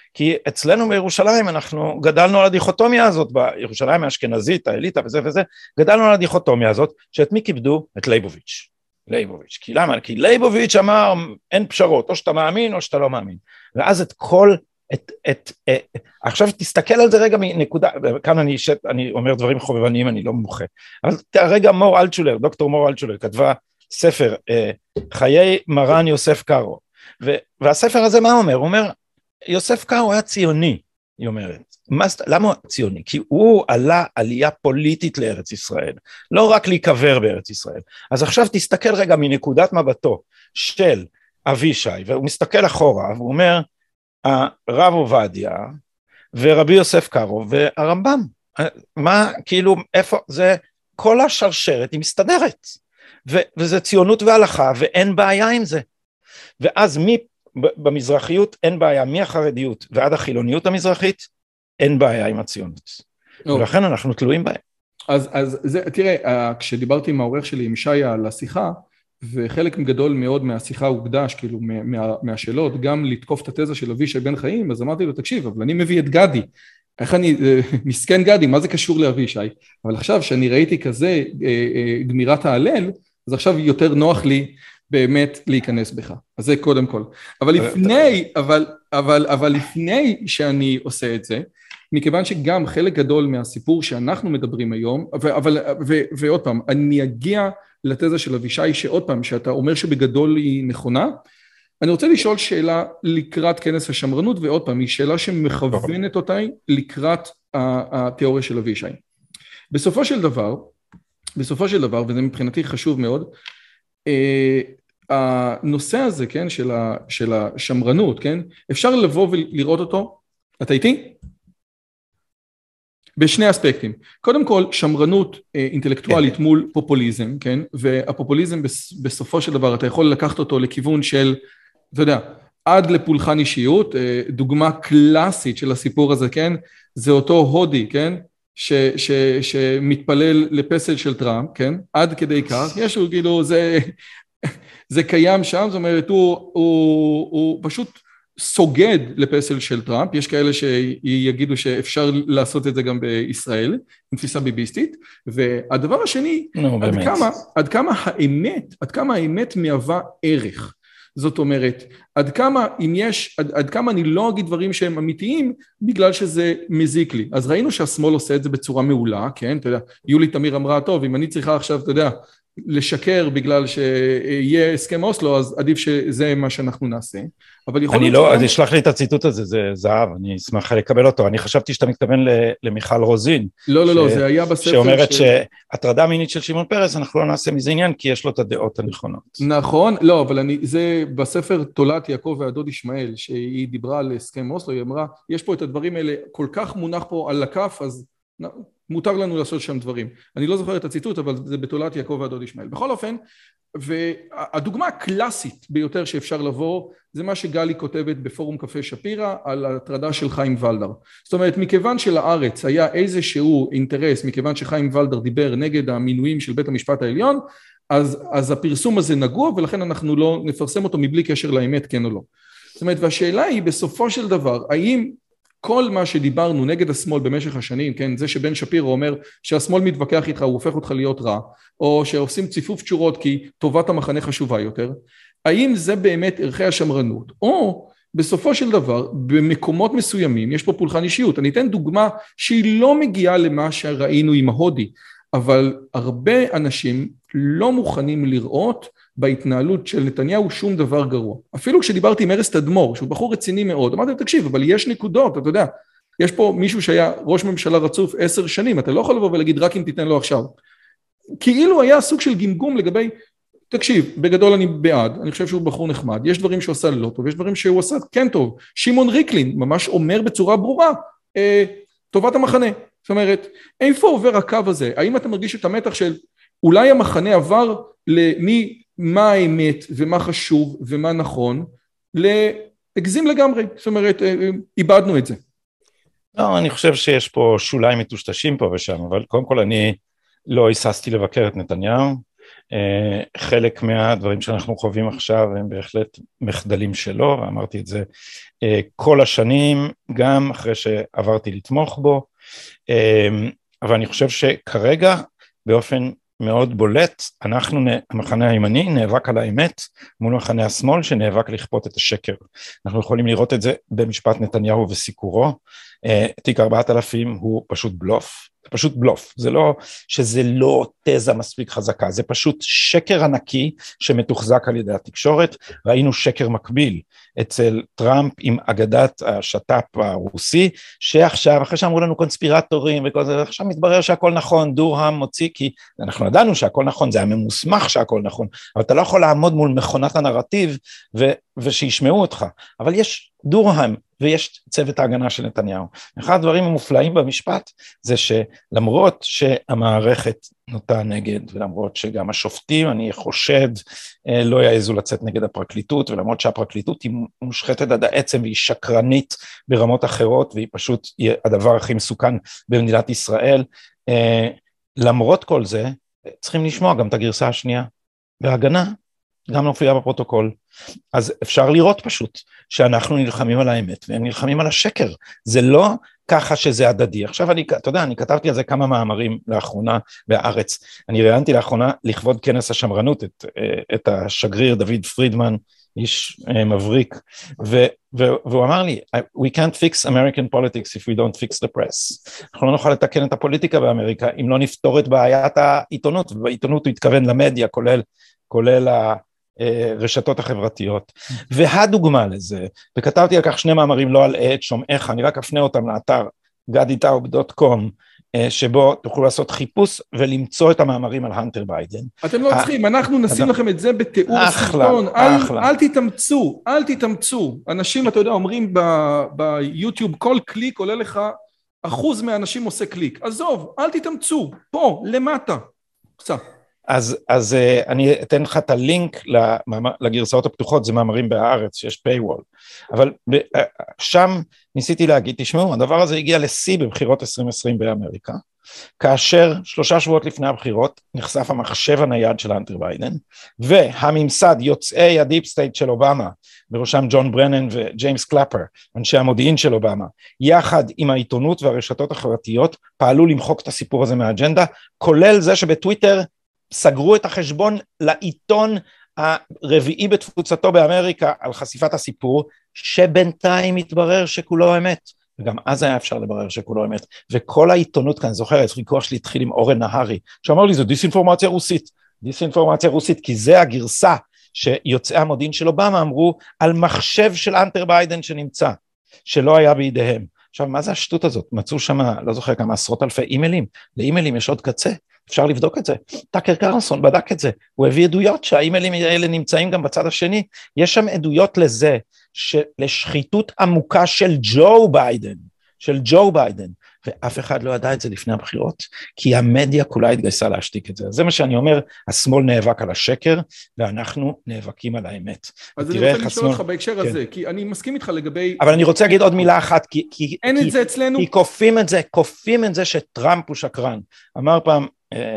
Speaker 1: כי אצלנו בירושלים אנחנו גדלנו על הדיכוטומיה הזאת, בירושלים האשכנזית, האליטה וזה וזה, גדלנו על הדיכוטומיה הזאת, שאת מי כיבדו? את לייבוביץ'. לייבוביץ', כי למה? כי לייבוביץ' אמר, אין פשרות, או שאתה מאמין או שאתה לא מאמין. ואז את כל, את, את, את, עכשיו תסתכל על זה רגע מנקודה, כאן אני, שת, אני אומר דברים חובבניים, אני לא מומחה, אבל רגע מור אלטשולר, דוקטור מור אלטשולר, כתבה ספר, חיי מרן יוסף קארו, והספר הזה מה אומר? הוא אומר, יוסף קארו היה ציוני, היא אומרת. למה הוא ציוני? כי הוא עלה עלייה פוליטית לארץ ישראל, לא רק להיקבר בארץ ישראל. אז עכשיו תסתכל רגע מנקודת מבטו של אבישי, והוא מסתכל אחורה, והוא אומר, הרב עובדיה, ורבי יוסף קארו, והרמב"ם. מה, כאילו, איפה, זה, כל השרשרת היא מסתדרת, ו, וזה ציונות והלכה, ואין בעיה עם זה. ואז מי, במזרחיות אין בעיה, מהחרדיות ועד החילוניות המזרחית, אין בעיה עם הציונות. ולכן אנחנו תלויים בהם.
Speaker 2: אז, אז זה, תראה, כשדיברתי עם העורך שלי, עם שיה, על השיחה, וחלק גדול מאוד מהשיחה הוקדש, כאילו, מה, מהשאלות, גם לתקוף את התזה של אבישי בן חיים, אז אמרתי לו, תקשיב, אבל אני מביא את גדי, איך אני, מסכן גדי, מה זה קשור לאבישי? אבל עכשיו, שאני ראיתי כזה גמירת ההלל, אז עכשיו יותר נוח לי, באמת להיכנס בך. אז זה קודם כל. אבל לפני, אבל, אבל, אבל לפני שאני עושה את זה, מכיוון שגם חלק גדול מהסיפור שאנחנו מדברים היום, אבל, ו, ועוד פעם, אני אגיע לתזה של אבישי, שעוד פעם, שאתה אומר שבגדול היא נכונה, אני רוצה לשאול שאלה לקראת כנס השמרנות, ועוד פעם, היא שאלה שמכוונת אותי לקראת התיאוריה של אבישי. בסופו של דבר, בסופו של דבר, וזה מבחינתי חשוב מאוד, הנושא הזה, כן, של, ה, של השמרנות, כן, אפשר לבוא ולראות אותו, אתה איתי? בשני אספקטים. קודם כל, שמרנות אינטלקטואלית מול פופוליזם, כן, והפופוליזם בסופו של דבר, אתה יכול לקחת אותו לכיוון של, אתה יודע, עד לפולחן אישיות, דוגמה קלאסית של הסיפור הזה, כן, זה אותו הודי, כן, ש, ש, שמתפלל לפסל של טראמפ, כן, עד כדי כך, יש לו כאילו, זה, זה קיים שם, זאת אומרת, הוא, הוא, הוא פשוט סוגד לפסל של טראמפ, יש כאלה שיגידו שאפשר לעשות את זה גם בישראל, עם תפיסה ביביסטית, והדבר השני, no, עד כמה, עד כמה האמת, עד כמה האמת מהווה ערך, זאת אומרת, עד כמה, אם יש, עד, עד כמה אני לא אגיד דברים שהם אמיתיים, בגלל שזה מזיק לי. אז ראינו שהשמאל עושה את זה בצורה מעולה, כן? אתה יודע, יולי תמיר אמרה, טוב, אם אני צריכה עכשיו, אתה יודע, לשקר בגלל שיהיה הסכם אוסלו, אז עדיף שזה מה שאנחנו נעשה. אבל יכול
Speaker 1: אני לא, אז ישלח לי את הציטוט הזה, זה זהב, אני אשמח לקבל אותו. אני חשבתי שאתה מתכוון למיכל רוזין.
Speaker 2: לא, לא, לא, זה היה בספר.
Speaker 1: שאומרת שהטרדה מינית של שמעון פרס, אנחנו לא נעשה מזה עניין, כי יש לו את הדעות הנכונות.
Speaker 2: נכון, לא, אבל אני, זה בספר תולת יעקב והדוד ישמעאל, שהיא דיברה על הסכם אוסלו, היא אמרה, יש פה את הדברים האלה, כל כך מונח פה על הכף, אז מותר לנו לעשות שם דברים. אני לא זוכר את הציטוט, אבל זה בתולת יעקב והדוד ישמעאל. בכל אופן, והדוגמה הקלאסית ביותר שאפשר לבוא, זה מה שגלי כותבת בפורום קפה שפירא, על הטרדה של חיים ולדר. זאת אומרת, מכיוון שלארץ היה איזשהו אינטרס, מכיוון שחיים ולדר דיבר נגד המינויים של בית המשפט העליון, אז, אז הפרסום הזה נגוע, ולכן אנחנו לא נפרסם אותו מבלי קשר לאמת, כן או לא. זאת אומרת, והשאלה היא, בסופו של דבר, האם כל מה שדיברנו נגד השמאל במשך השנים, כן, זה שבן שפירו אומר שהשמאל מתווכח איתך, הוא הופך אותך להיות רע, או שעושים ציפוף תשורות כי טובת המחנה חשובה יותר, האם זה באמת ערכי השמרנות, או בסופו של דבר, במקומות מסוימים, יש פה פולחן אישיות, אני אתן דוגמה שהיא לא מגיעה למה שראינו עם ההודי, אבל הרבה אנשים לא מוכנים לראות בהתנהלות של נתניהו שום דבר גרוע. אפילו כשדיברתי עם ארז תדמור, שהוא בחור רציני מאוד, אמרתי, תקשיב, אבל יש נקודות, אתה יודע, יש פה מישהו שהיה ראש ממשלה רצוף עשר שנים, אתה לא יכול לבוא ולהגיד רק אם תיתן לו עכשיו. כאילו היה סוג של גמגום לגבי, תקשיב, בגדול אני בעד, אני חושב שהוא בחור נחמד, יש דברים שהוא עשה לא טוב, יש דברים שהוא עשה כן טוב. שמעון ריקלין ממש אומר בצורה ברורה, אה, טובת המחנה. זאת אומרת, איפה עובר הקו הזה? האם אתה מרגיש את המתח של, אולי המחנה עבר למי, מה האמת ומה חשוב ומה נכון, להגזים לגמרי, זאת אומרת, איבדנו את זה.
Speaker 1: לא, אני חושב שיש פה שוליים מטושטשים פה ושם, אבל קודם כל אני לא היססתי לבקר את נתניהו, חלק מהדברים שאנחנו חווים עכשיו הם בהחלט מחדלים שלו, ואמרתי את זה כל השנים, גם אחרי שעברתי לתמוך בו, אבל אני חושב שכרגע באופן מאוד בולט, אנחנו, המחנה הימני, נאבק על האמת מול מחנה השמאל שנאבק לכפות את השקר. אנחנו יכולים לראות את זה במשפט נתניהו וסיקורו, תיק ארבעת אלפים הוא פשוט בלוף, זה פשוט בלוף, זה לא שזה לא תזה מספיק חזקה, זה פשוט שקר ענקי שמתוחזק על ידי התקשורת. ראינו שקר מקביל אצל טראמפ עם אגדת השטאפ הרוסי, שעכשיו, אחרי שאמרו לנו קונספירטורים וכל זה, עכשיו מתברר שהכל נכון, דורהם מוציא, כי אנחנו ידענו שהכל נכון, זה היה ממוסמך שהכל נכון, אבל אתה לא יכול לעמוד מול מכונת הנרטיב ו- ושישמעו אותך, אבל יש דורהם, ויש צוות ההגנה של נתניהו. אחד הדברים המופלאים במשפט, זה שלמרות שהמערכת נוטה נגד, ולמרות שגם השופטים, אני חושד, לא יעזו לצאת נגד הפרקליטות, ולמרות שהפרקליטות היא מושחתת עד העצם, והיא שקרנית ברמות אחרות, והיא פשוט הדבר הכי מסוכן במדינת ישראל, למרות כל זה, צריכים לשמוע גם את הגרסה השנייה, וההגנה גם מופיעה בפרוטוקול. אז אפשר לראות פשוט שאנחנו נלחמים על האמת, והם נלחמים על השקר. זה לא ככה שזה הדדי. עכשיו אני, אתה יודע, אני כתבתי על זה כמה מאמרים לאחרונה בארץ. אני ראיינתי לאחרונה לכבוד כנס השמרנות את, את השגריר דוד פרידמן, איש מבריק, ו, ו, והוא אמר לי, we can't fix American politics if we don't fix the press. אנחנו לא נוכל לתקן את הפוליטיקה באמריקה, אם לא נפתור את בעיית העיתונות, ובעיתונות הוא התכוון למדיה, כולל, כולל ה... רשתות החברתיות, והדוגמה לזה, וכתבתי על כך שני מאמרים, לא על עת שומעך, אני רק אפנה אותם לאתר גדי טאוב דוט קום, שבו תוכלו לעשות חיפוש ולמצוא את המאמרים על הנטר ביידן.
Speaker 2: אתם לא צריכים, אנחנו נשים לכם את זה בתיאור הסרטון, אל תתאמצו, אל תתאמצו, אנשים, אתה יודע, אומרים ביוטיוב, כל קליק עולה לך, אחוז מהאנשים עושה קליק, עזוב, אל תתאמצו, פה, למטה, קצת.
Speaker 1: אז, אז uh, אני אתן לך את הלינק לגרסאות הפתוחות, זה מאמרים בהארץ, שיש paywall, אבל uh, שם ניסיתי להגיד, תשמעו, הדבר הזה הגיע לשיא בבחירות עשרים עשרים באמריקה, כאשר שלושה שבועות לפני הבחירות, נחשף המחשב הנייד של הנטר ביידן, והממסד יוצאי הדיפ סטייט של אובמה, בראשם ג'ון ברנן וג'יימס קלאפר, אנשי המודיעין של אובמה, יחד עם העיתונות והרשתות החברתיות, פעלו למחוק את הסיפור הזה מהאג'נדה, כולל זה שבטוויטר, סגרו את החשבון לעיתון הרביעי בתפוצתו באמריקה על חשיפת הסיפור, שבינתיים מתברר שכולו אמת, וגם אז היה אפשר לברר שכולו אמת, וכל העיתונות כאן, זוכרת, ויכוח שלי התחיל עם אורן נהרי, שאמר לי, זו דיסאינפורמציה רוסית, דיסאינפורמציה רוסית, כי זה הגרסה שיוצאי המודיעין של אובמה אמרו, על מחשב של הנטר ביידן שנמצא, שלא היה בידיהם. עכשיו, מה זה השטות הזאת? מצאו שם, לא זוכר כמה עשרות אלפי אימיילים, לאימיילים יש עוד קצה, אפשר לבדוק את זה, טאקר קרלסון בדק את זה, הוא הביא עדויות שהאימיילים האלה נמצאים גם בצד השני, יש שם עדויות לזה, לשחיתות עמוקה של ג'ו ביידן, של ג'ו ביידן, ואף אחד לא ידע את זה לפני הבחירות, כי המדיה כולה התגייסה להשתיק את זה, זה מה שאני אומר, השמאל נאבק על השקר, ואנחנו נאבקים על האמת.
Speaker 2: אז אני רוצה לשאול אותך בהקשר הזה, כי אני מסכים איתך לגבי...
Speaker 1: אבל אני רוצה להגיד עוד מילה אחת, כי...
Speaker 2: אין את זה אצלנו?
Speaker 1: כי כופים את זה, כופים את זה שטראמפ הוא שקרן. אמר פעם,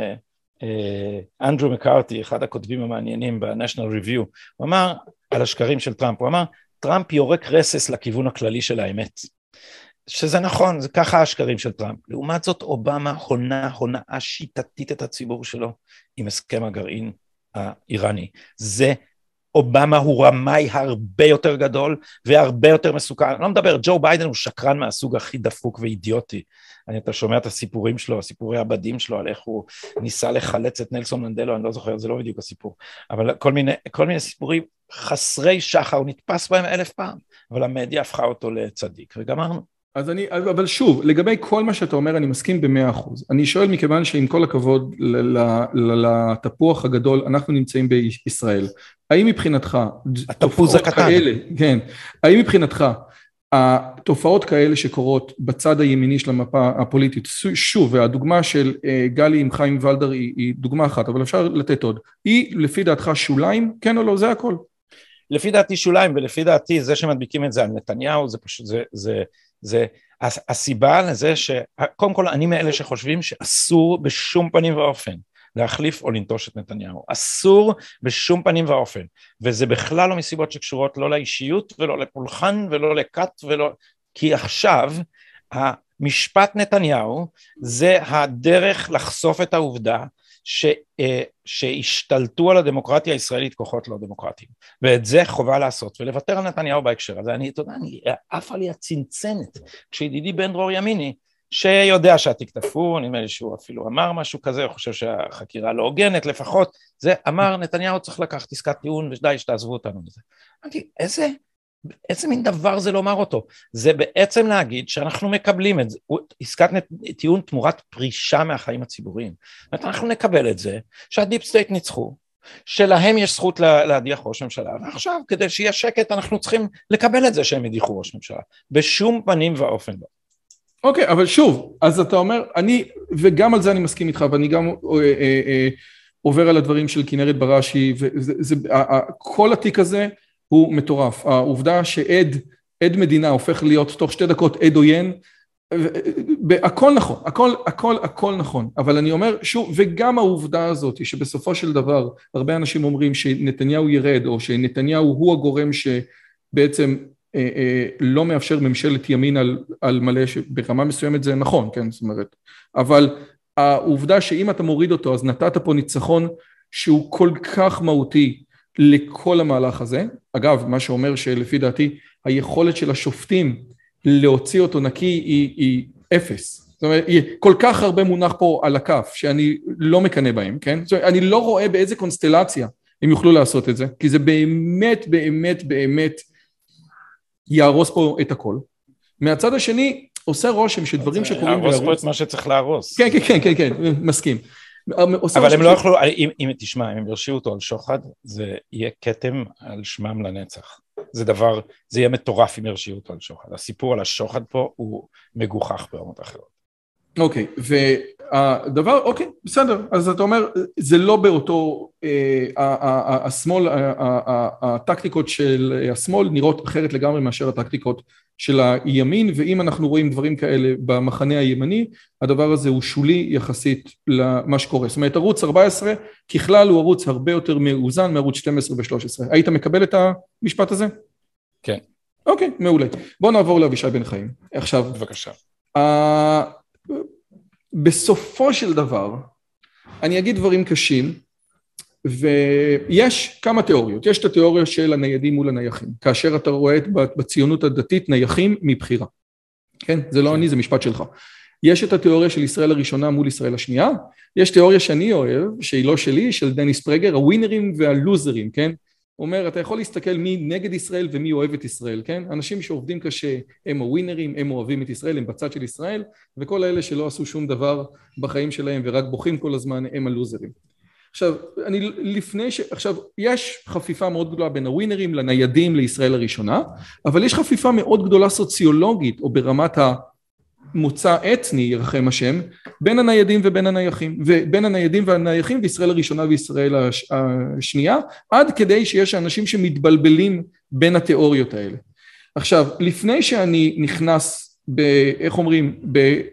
Speaker 1: אנדרו מקארתי, אחד הכותבים המעניינים ב-National Review, הוא אמר על השקרים של טראמפ, הוא אמר, טראמפ יורק רסס לכיוון הכללי של האמת. שזה נכון, זה ככה השקרים של טראמפ. לעומת זאת, אובמה הונה, הונאה שיטתית את הציבור שלו, עם הסכם הגרעין האיראני. זה, אובמה הוא רמאי הרבה יותר גדול, והרבה יותר מסוכן. אני לא מדבר, ג'ו ביידן הוא שקרן מהסוג הכי דפוק ואידיוטי. אני, אתה שומע את הסיפורים שלו, הסיפורי הבדים שלו, על איך הוא ניסה לחלץ את נלסון מנדלו, אני לא זוכר, זה לא בדיוק הסיפור. אבל כל מיני, כל מיני סיפורים חסרי שחר, הוא נתפס בהם אלף פעם, אבל המדיה הפכה אותו לצדיק, וגמרנו.
Speaker 2: אז אני, אבל שוב, לגבי כל מה שאתה אומר, אני מסכים במאה אחוז. אני שואל מכיוון שעם כל הכבוד לתפוח הגדול, אנחנו נמצאים בישראל. האם מבחינתך,
Speaker 1: התפוז הקטן,
Speaker 2: כן, האם מבחינתך, התופעות כאלה שקורות בצד הימיני של המפה הפוליטית, שוב, והדוגמה של גלי עם חיים ולדר היא, היא דוגמה אחת, אבל אפשר לתת עוד. היא לפי דעתך שוליים, כן או לא, זה הכל?
Speaker 1: לפי דעתי שוליים, ולפי דעתי זה שמדביקים את זה על נתניהו, זה פשוט, זה, זה, זה, הסיבה לזה שקודם כל אני מאלה שחושבים שאסור בשום פנים ואופן, להחליף או לנטוש את נתניהו. אסור בשום פנים ואופן, וזה בכלל לא מסיבות שקשורות לא לאישיות ולא לפולחן ולא לקט ולא, כי עכשיו המשפט נתניהו זה הדרך לחשוף את העובדה ש, שהשתלטו על הדמוקרטיה הישראלית כוחות לא דמוקרטיים, ואת זה חובה לעשות, ולוותר על נתניהו בהקשר הזה. אני, אתה יודע, אני עף עלי הצנצנת, כשידידי בן דרור ימיני, שיודע שהתיק תפור, נדמה לי שהוא אפילו אמר משהו כזה, הוא חושב שהחקירה לא הוגנת, לפחות, זה אמר, נתניהו צריך לקחת עסקת טיעון, ושדי שתעזבו אותנו מזה. אמרתי, איזה, איזה מין דבר זה לומר אותו? זה בעצם להגיד שאנחנו מקבלים את זה, עסקת טיעון תמורת פרישה מהחיים הציבוריים. אנחנו נקבל את זה, שהדיפ סטייט ניצחו, שלהם יש זכות להדיח ראש ממשלה, ועכשיו, כדי שיהיה שקט, אנחנו צריכים לקבל את זה שהם ידיחו ראש ממשלה. בשום פנים ואופן לא.
Speaker 2: אוקיי, אבל שוב, אז אתה אומר, אני, וגם על זה אני מסכים איתך, ואני גם אה, אה, אה, עובר על הדברים של כנרת בראשי, וכל התיק הזה הוא מטורף. העובדה שעד, עד מדינה הופך להיות תוך שתי דקות עד עוין, הכל נכון, הכל, הכל, הכל נכון, אבל אני אומר שוב, וגם העובדה הזאת, שבסופו של דבר, הרבה אנשים אומרים שנתניהו ירד, או שנתניהו הוא הגורם שבעצם, לא מאפשר ממשלת ימין על, על מלא, שברמה מסוימת זה נכון, כן, זאת אומרת, אבל העובדה שאם אתה מוריד אותו, אז נתת פה ניצחון שהוא כל כך מהותי לכל המהלך הזה, אגב, מה שאומר שלפי דעתי, היכולת של השופטים להוציא אותו נקי היא, היא אפס, זאת אומרת, כל כך הרבה מונח פה על הכף, שאני לא מקנה בהם, כן, זאת אומרת, אני לא רואה באיזה קונסטלציה הם יוכלו לעשות את זה, כי זה באמת, באמת, באמת, יהרוס פה את הכל. מהצד השני, עושה רושם שדברים שקוראים...
Speaker 1: יהרוס פה את מה שצריך להרוס.
Speaker 2: כן, כן, כן, כן, מסכים.
Speaker 1: אבל הם לא יכלו, אם תשמע, אם הם ירשיעו אותו על שוחד, זה יהיה כתם על שמם לנצח. זה דבר, זה יהיה מטורף אם ירשיעו אותו על שוחד. הסיפור על השוחד פה הוא מגוחך ברמות אחרות.
Speaker 2: אוקיי, והדבר, אוקיי, בסדר, אז אתה אומר, זה לא באותו, השמאל, הטקטיקות של השמאל נראות אחרת לגמרי מאשר הטקטיקות של הימין, ואם אנחנו רואים דברים כאלה במחנה הימני, הדבר הזה הוא שולי יחסית למה שקורה. זאת אומרת, ערוץ ארבע עשרה, ככלל הוא ערוץ הרבה יותר מאוזן מערוץ שתים עשרה ו-שלוש עשרה. היית מקבל את המשפט הזה?
Speaker 1: כן.
Speaker 2: אוקיי, מעולה. בוא נעבור לאבישי בן חיים. עכשיו,
Speaker 1: בבקשה.
Speaker 2: בסופו של דבר, אני אגיד דברים קשים, ויש כמה תיאוריות. יש את התיאוריה של הניידים מול הנייחים, כאשר אתה רואה בציונות הדתית נייחים מבחירה. כן? זה לא אני, זה משפט שלך. יש את התיאוריה של ישראל הראשונה מול ישראל השנייה, יש תיאוריה שאני אוהב, שהיא לא שלי, של דניס פרגר, הווינרים והלוזרים, כן? הוא אומר, אתה יכול להסתכל מי נגד ישראל ומי אוהב את ישראל, כן? אנשים שעובדים קשה, הם הווינרים, הם אוהבים את ישראל, הם בצד של ישראל, וכל האלה שלא עשו שום דבר בחיים שלהם ורק בוכים כל הזמן, הם הלוזרים. עכשיו, אני לפני ש... עכשיו, יש חפיפה מאוד גדולה בין הווינרים לניידים לישראל הראשונה, אבל יש חפיפה מאוד גדולה סוציולוגית, או ברמת המוצא אתני, ירחם השם, בין הניידים ובין הנייחים, ובין הניידים והנייחים וישראל הראשונה וישראל הש... השנייה, עד כדי שיש אנשים שמתבלבלים בין התיאוריות האלה. עכשיו, לפני שאני נכנס ב... איך אומרים?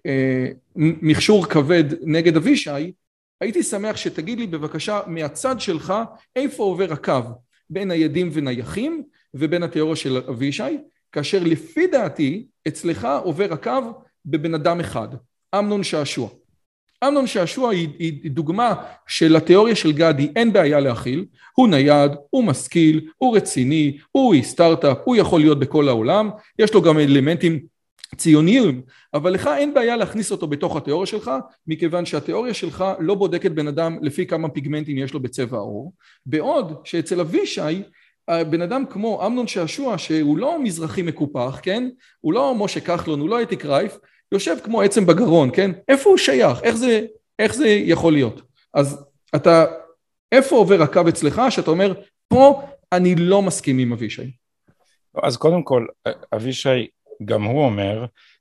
Speaker 2: במכשור כבד נגד אבישי, הייתי שמח שתגיד לי בבקשה מהצד שלך איפה עובר הקו בין ניידים ונייחים ובין התיאוריה של אבישי, כאשר לפי דעתי אצלך עובר הקו בבן אדם אחד, אמנון שעשוע. אמנון שעשוע היא, היא דוגמה של התיאוריה של גדי, אין בעיה להכיל, הוא נייד, הוא משכיל, הוא רציני, הוא סטארט-אפ, הוא יכול להיות בכל העולם, יש לו גם אלמנטים ציוניים, אבל לך אין בעיה להכניס אותו בתוך התיאוריה שלך, מכיוון שהתיאוריה שלך לא בודקת בן אדם לפי כמה פיגמנטים יש לו בצבע העור, בעוד שאצל אבישי, בן אדם כמו אמנון שעשוע, שהוא לא מזרחי מקופח, כן? הוא לא משה כחלון, הוא לא אתי קרייף, יושב כמו עצם בגרון, כן? איפה הוא שייך? איך זה, איך זה יכול להיות? אז אתה, איפה עובר הקו אצלך, שאתה אומר, פה אני לא מסכים עם אבישי?
Speaker 1: אז קודם כל, אבישי, גם הוא אומר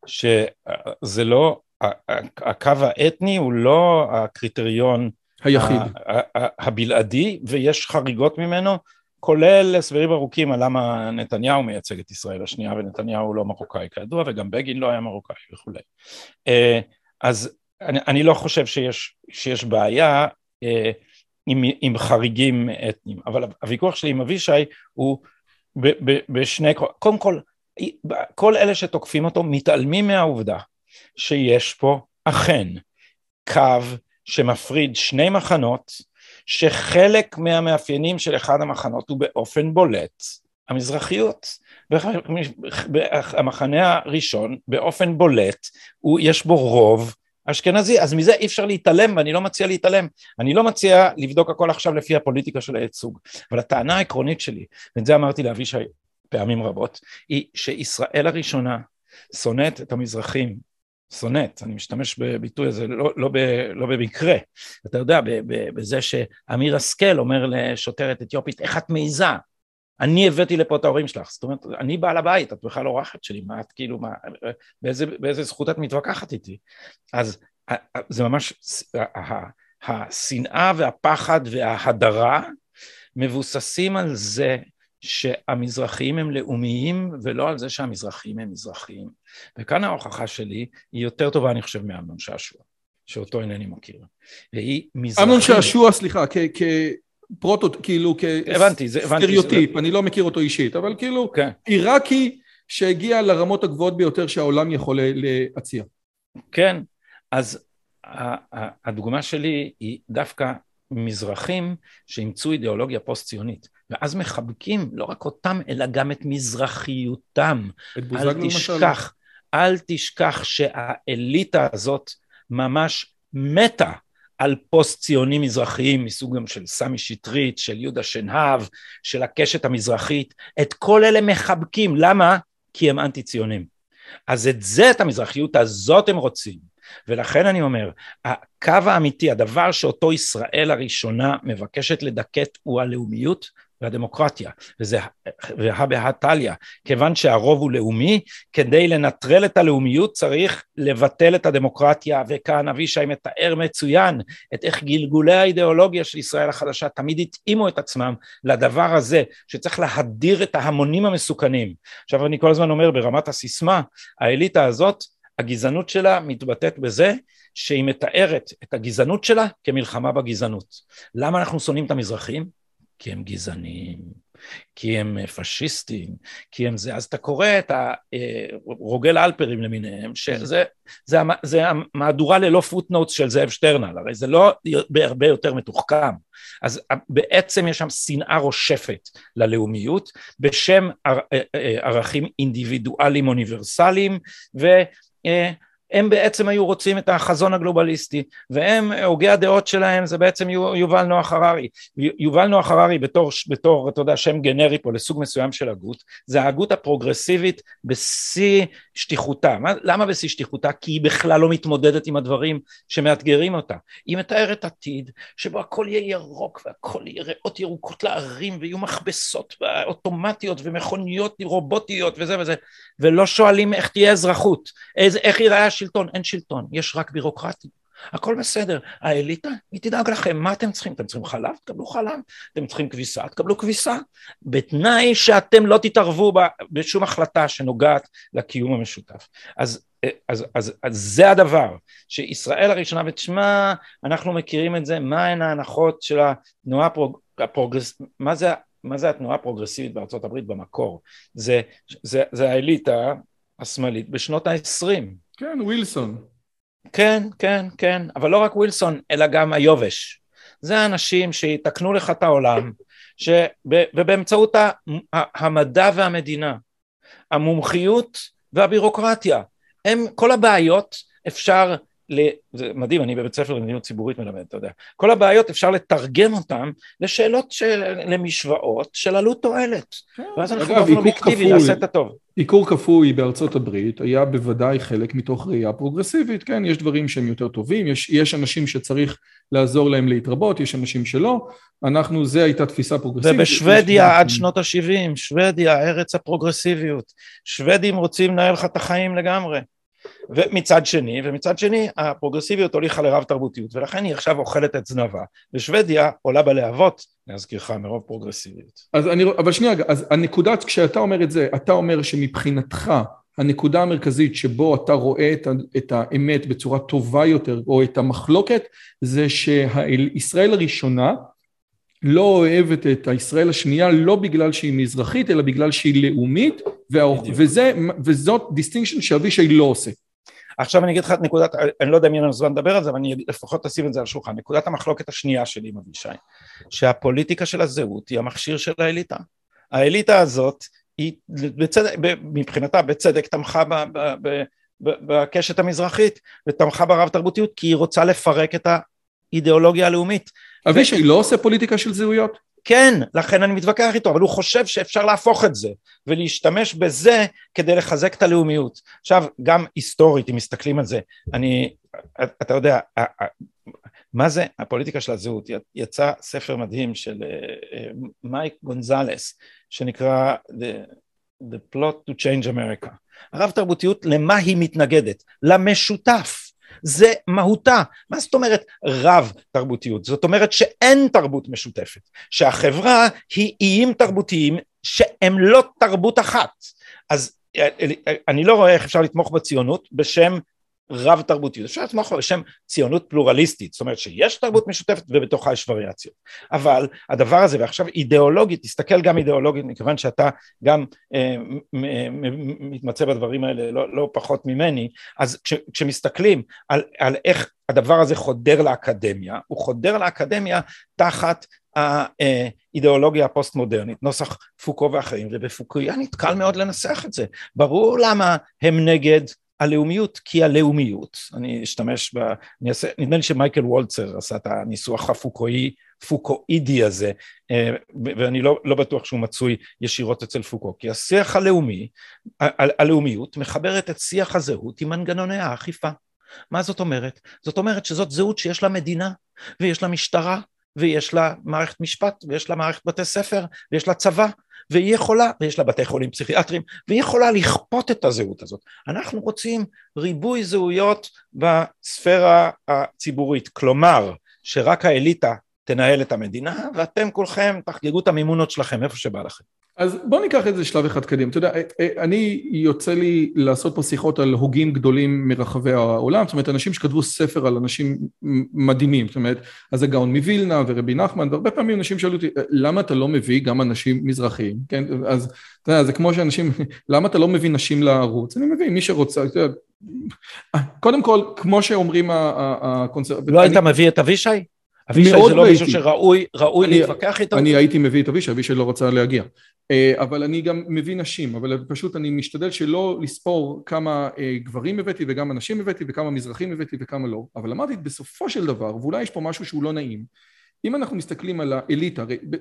Speaker 1: שזה לא, הקו האתני הוא לא הקריטריון
Speaker 2: היחיד,
Speaker 1: הבלעדי, ויש חריגות ממנו, כולל סברים ארוכים על למה נתניהו מייצג את ישראל השנייה, ונתניהו לא מרוקאי כידוע, וגם בגין לא היה מרוקאי וכו'. אז אני, אני לא חושב שיש, שיש בעיה עם, עם חריגים אתניים, אבל הוויכוח שלי עם אבישי הוא ב, ב, בשני, קודם כל, כל אלה שתוקפים אותו מתעלמים מהעובדה שיש פה אכן קו שמפריד שני מחנות, שחלק מהמאפיינים של אחד המחנות הוא באופן בולט, המזרחיות. המחנה הראשון באופן בולט, הוא, יש בו רוב אשכנזי, אז מזה אי אפשר להתעלם, ואני לא מציע להתעלם, אני לא מציע לבדוק הכל עכשיו לפי הפוליטיקה של הייצוג, אבל הטענה העקרונית שלי, ואת זה אמרתי לאבישי פעמים רבות, היא שישראל הראשונה שונאת את המזרחים, שונאת, אני משתמש בביטוי הזה, לא, לא, ב, לא במקרה, אתה יודע, בזה שאמיר השכל אומר לשוטרת אתיופית, איך את מעיזה? אני הבאתי לפה את ההורים שלך, זאת אומרת, אני בעל הבית, את בכלל אורחת שלי, מה את כאילו, מה, באיזה, באיזה זכות את מתווכחת איתי? אז זה ממש, השנאה והפחד וההדרה מבוססים על זה שהמזרחיים הם לאומיים, ולא על זה שהמזרחיים הם מזרחיים. וכאן ההוכחה שלי היא יותר טובה, אני חושב, מאמנון שעשוע, שאותו אינני מכיר. והיא מזרחים...
Speaker 2: אמנון שעשוע, סליחה, כ... כ... פרוטוט, כאילו כסטריאוטיפ, אני לא מכיר אותו אישית, אבל כאילו עיראקי שהגיע לרמות הגבוהות ביותר שהעולם יכול להציע.
Speaker 1: כן, אז הדוגמה שלי היא דווקא מזרחים שימצאו אידיאולוגיה פוסט-ציונית, ואז מחבקים לא רק אותם, אלא גם את מזרחיותם. אל תשכח, אל תשכח שהאליטה הזאת ממש מתה, על פוסט-ציונים מזרחיים, מסוג גם של סמי שטרית, של יהודה שנהב, של הקשת המזרחית, את כל אלה מחבקים, למה? כי הם אנטי-ציונים. אז את זה, את המזרחיות הזאת הם רוצים, ולכן אני אומר, הקו האמיתי, הדבר שאותו ישראל הראשונה מבקשת לדקת הוא הלאומיות והדמוקרטיה, וזה והבהתליה, כיוון שהרוב הוא לאומי, כדי לנטרל את הלאומיות צריך לבטל את הדמוקרטיה, וכאן אבישי מתאר מצוין את איך גלגולי האידיאולוגיה של ישראל החדשה תמיד התאימו את עצמם לדבר הזה, שצריך להדיר את ההמונים המסוכנים. עכשיו אני כל הזמן אומר ברמת הסיסמה, האליטה הזאת, הגזענות שלה מתבטאת בזה, שהיא מתארת את הגזענות שלה כמלחמה בגזענות. למה אנחנו שונאים את המזרחים? כי הם גזענים, כי הם פשיסטים, כי הם זה, אז אתה קורא את הרוגל אלפרים למיניהם, שזה זה, זה המהדורה ללא פוטנוטס של זאב שטרנל, הרי זה לא בהרבה יותר מתוחכם, אז בעצם יש שם שנאה רושפת ללאומיות, בשם ערכים אינדיבידואליים אוניברסליים, ו... הם בעצם היו רוצים את החזון הגלובליסטי, והם, הוגי הדעות שלהם, זה בעצם יובל נוח הררי. יובל נוח הררי בתור, בתור, אתה יודע, שם גנרי פה לסוג מסוים של הגות, זה ההגות הפרוגרסיבית בשיא שטיחותה. למה בשיא שטיחותה? כי היא בכלל לא מתמודדת עם הדברים שמאתגרים אותה. היא מתארת עתיד שבו הכל יהיה ירוק, והכל יהיה ריאות ירוקות לערים, ויהיו מכבסות אוטומטיות ומכוניות רובוטיות וזה וזה, ולא שואלים איך תהיה אזרחות, איזה, איך ייראה שלטון, אין שלטון, יש רק בירוקרטיה, הכל בסדר, האליטה, היא תדאג לכם, מה אתם צריכים? אתם צריכים חלב? תקבלו חלב, אתם צריכים כביסה? תקבלו כביסה, בתנאי שאתם לא תתערבו בשום החלטה שנוגעת לקיום המשותף. אז, אז, אז, אז זה הדבר, שישראל הראשונה, ותשמע, אנחנו מכירים את זה, מה הן ההנחות של התנועה הפרוגרס, מה זה, מה זה התנועה הפרוגרסיבית בארצות הברית במקור? זה, זה, זה האליטה השמאלית בשנות ה-עשרים.
Speaker 2: כן, ווילסון.
Speaker 1: כן, כן, כן, אבל לא רק ווילסון, אלא גם היובש. זה האנשים שיתקנו לך את העולם, ובאמצעות המדע והמדינה, המומחיות והבירוקרטיה, הם, כל הבעיות אפשר, זה מדהים, אני בבית ספר למדיניות ציבורית מלמד, אתה יודע, כל הבעיות אפשר לתרגם אותם לשאלות, למשוואות של עלות תועלת, ואז אנחנו באופן אובייקטיבי נעשה את הטוב.
Speaker 2: עיקור כפוי בארצות הברית היה בוודאי חלק מתוך ראייה פרוגרסיבית, כן, יש דברים שהם יותר טובים, יש, יש אנשים שצריך לעזור להם להתרבות, יש אנשים שלא, אנחנו, זה הייתה תפיסה פרוגרסיבית.
Speaker 1: ובשוודיה עד שנות ה-שבעים, שוודיה, ארץ הפרוגרסיביות, שוודים רוצים לנהל לך את החיים לגמרי, ומצד שני, ומצד שני, הפרוגרסיביות הוליכה לרב תרבותיות, ולכן היא עכשיו אוכלת את זנבה, ושוודיה עולה בלהבות, להזכירך, מרוב פרוגרסיביות.
Speaker 2: אז אני, אבל שנייה, אז הנקודה, כשאתה אומר את זה, אתה אומר שמבחינתך, הנקודה המרכזית שבו אתה רואה את, את האמת בצורה טובה יותר, או את המחלוקת, זה שישראל הראשונה לא אוהבת את הישראל השנייה, לא בגלל שהיא מזרחית, אלא בגלל שהיא לאומית, וזה, וזאת דיסטינקשן שאבישי לא עושה.
Speaker 1: עכשיו אני אגיד לך את נקודת, אני לא יודע אם יהיה לנו זמן לדבר על זה, אבל אני לפחות תשים את זה על שולחן. נקודת המחלוקת השנייה שלי עם אבישי, שהפוליטיקה של הזהות היא המכשיר של האליטה. האליטה הזאת, היא בצדק, מבחינתה בצדק תמכה ב, ב, ב, ב, בקשת המזרחית, ותמכה ברב תרבותיות, כי היא רוצה לפרק את האידיאולוגיה הלאומית.
Speaker 2: אבישי ו... לא עושה פוליטיקה של זהויות?
Speaker 1: כן, לכן אני מתווכח איתו, אבל הוא חושב שאפשר להפוך את זה, ולהשתמש בזה כדי לחזק את הלאומיות. עכשיו, גם היסטורית, אם מסתכלים על זה, אני, אתה יודע, מה זה הפוליטיקה של הזהות? יצא ספר מדהים של מייק גונזלס, שנקרא The, The Plot to Change America. הרב תרבותיות, למה היא מתנגדת? למשותף. זה מהותה. מה זאת אומרת רב תרבותיות? זאת אומרת שאין תרבות משותפת, שהחברה היא איים תרבותיים שהם לא תרבות אחת. אז אני לא רואה איך אפשר לתמוך בציונות בשם רב תרבותיות, אפשר לתמוך בשם ציונות פלורליסטית, זאת אומרת שיש תרבות משותפת ובתוכה יש וריאציות, אבל הדבר הזה, ועכשיו אידיאולוגית, תסתכל גם אידיאולוגית, מכיוון שאתה גם אה, מתמצא בדברים האלה לא, לא פחות ממני, אז כש, כשמסתכלים על, על איך הדבר הזה חודר לאקדמיה, הוא חודר לאקדמיה תחת האידיאולוגיה הפוסט-מודרנית, נוסח פוקו ואחרים, ובפוקויאנית קל מאוד לנסח את זה, ברור למה הם נגד הלאומיות, כי הלאומיות, אני אשתמש ב... אני אעשה, נדמה לי שמייקל וולצר עשה את הניסוח הפוקואי, פוקואידי הזה, ואני לא, לא בטוח שהוא מצוי ישירות אצל פוקו, כי השיח הלאומי, ה- הלאומיות מחברת את שיח הזהות עם מנגנוני האכיפה. מה זאת אומרת? זאת אומרת שזאת זהות שיש לה מדינה, ויש לה משטרה, ויש לה מערכת משפט, ויש לה מערכת בתי ספר, ויש לה צבא, והיא יכולה, ויש לה בתי חולים פסיכיאטריים, והיא יכולה לכפות את הזהות הזאת. אנחנו רוצים ריבוי זהויות בספירה הציבורית, כלומר, שרק האליטה תנהל את המדינה, ואתם כולכם תחגגו את המימונות שלכם, איפה שבא לכם.
Speaker 2: אז בוא ניקח את זה שלב אחד קדימה. אתה יודע, אני יוצא לי לעשות פה שיחות על הוגים גדולים מרחבי העולם, זאת אומרת, אנשים שכתבו ספר על אנשים מדהימים, זאת אומרת, אז הגאון מווילנה ורבי נחמן, והרבה פעמים אנשים שאלו אותי, למה אתה לא מביא גם אנשים מזרחיים, כן? אז אתה יודע, זה כמו שאנשים, למה אתה לא מביא נשים לערוץ? אני מביא, מי שרוצה, אתה יודע, קודם כל, כמו שאומרים הקונסרבטיבים...
Speaker 1: לא היית מביא את אבישי? אבישי זה לא מישהו שראוי להתווכח איתו?
Speaker 2: אני הייתי מביא את אבישי, אבישי לא רצה להגיע. אבל אני גם מביא נשים, אבל פשוט אני משתדל שלא לספור כמה גברים הבאתי וגם אנשים הבאתי וכמה מזרחים הבאתי וכמה לא. אבל אמרתי, בסופו של דבר, ואולי יש פה משהו שהוא לא נעים, אם אנחנו מסתכלים על האליטה,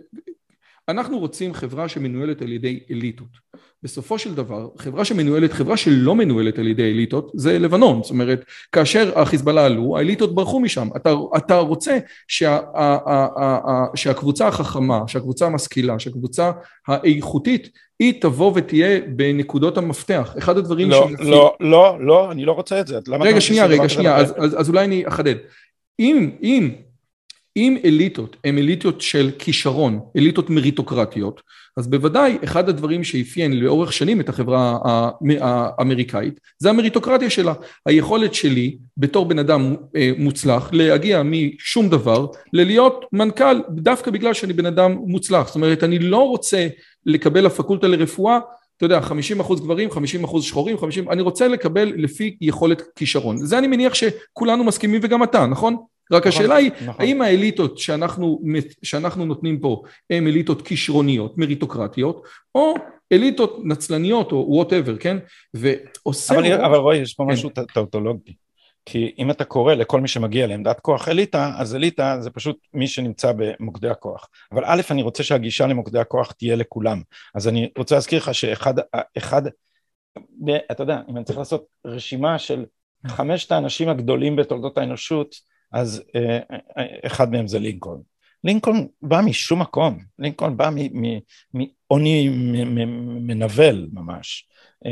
Speaker 2: אנחנו רוצים חברה שמנוהלת על ידי אליטות. בסופו של דבר, חברה שמנוהלת, חברה שלא מנוהלת על ידי אליטות, זה לבנון. זאת אומרת, כאשר החיזבאללה עלו, האליטות ברחו משם. אתה, אתה רוצה שה, ה, ה, ה, שהקבוצה החכמה, שהקבוצה המשכילה, שהקבוצה האיכותית, היא תבוא ותהיה בנקודות המפתח. אחד הדברים
Speaker 1: לא,
Speaker 2: שמפי...
Speaker 1: לא, לא, לא, אני לא רוצה את זה.
Speaker 2: רגע, שנייה, רגע, שנייה, אז, אז, אז אולי אני אחדד. אם, אם, אם אליטות הן אליטות של כישרון, אליטות מריטוקרטיות, אז בוודאי אחד הדברים שאפיין לאורך שנים את החברה האמריקאית, זה המריטוקרטיה שלה. היכולת שלי בתור בן אדם מוצלח להגיע משום דבר ללהיות מנכ"ל דווקא בגלל שאני בן אדם מוצלח. זאת אומרת, אני לא רוצה לקבל לפקולטה לרפואה, אתה יודע, חמישים אחוז גברים, חמישים אחוז שחורים, חמישים, אני רוצה לקבל לפי יכולת כישרון. זה אני מניח שכולנו מסכימים וגם אתה, נכון? רק השאלה היא, האם האליטות שאנחנו, שאנחנו נותנים פה הן אליטות כישרוניות, מריטוקרטיות, או אליטות נצלניות או whatever, כן? ועושה...
Speaker 1: אבל, אבל רואי, יש פה משהו טאוטולוגי, כי אם אתה קורא לכל מי שמגיע לעמדת כוח אליטה, אז אליטה זה פשוט מי שנמצא במוקדי הכוח. אבל א', אני רוצה שהגישה למוקדי הכוח תהיה לכולם. אז אני רוצה להזכיר לך שאחד, אחד, אתה יודע, אם אני צריך לעשות רשימה של חמשת האנשים הגדולים בתולדות האנושות, אז אחד מהם זה לינקולן. לינקולן בא משום מקום, לינקולן בא מעוני מנבל ממש,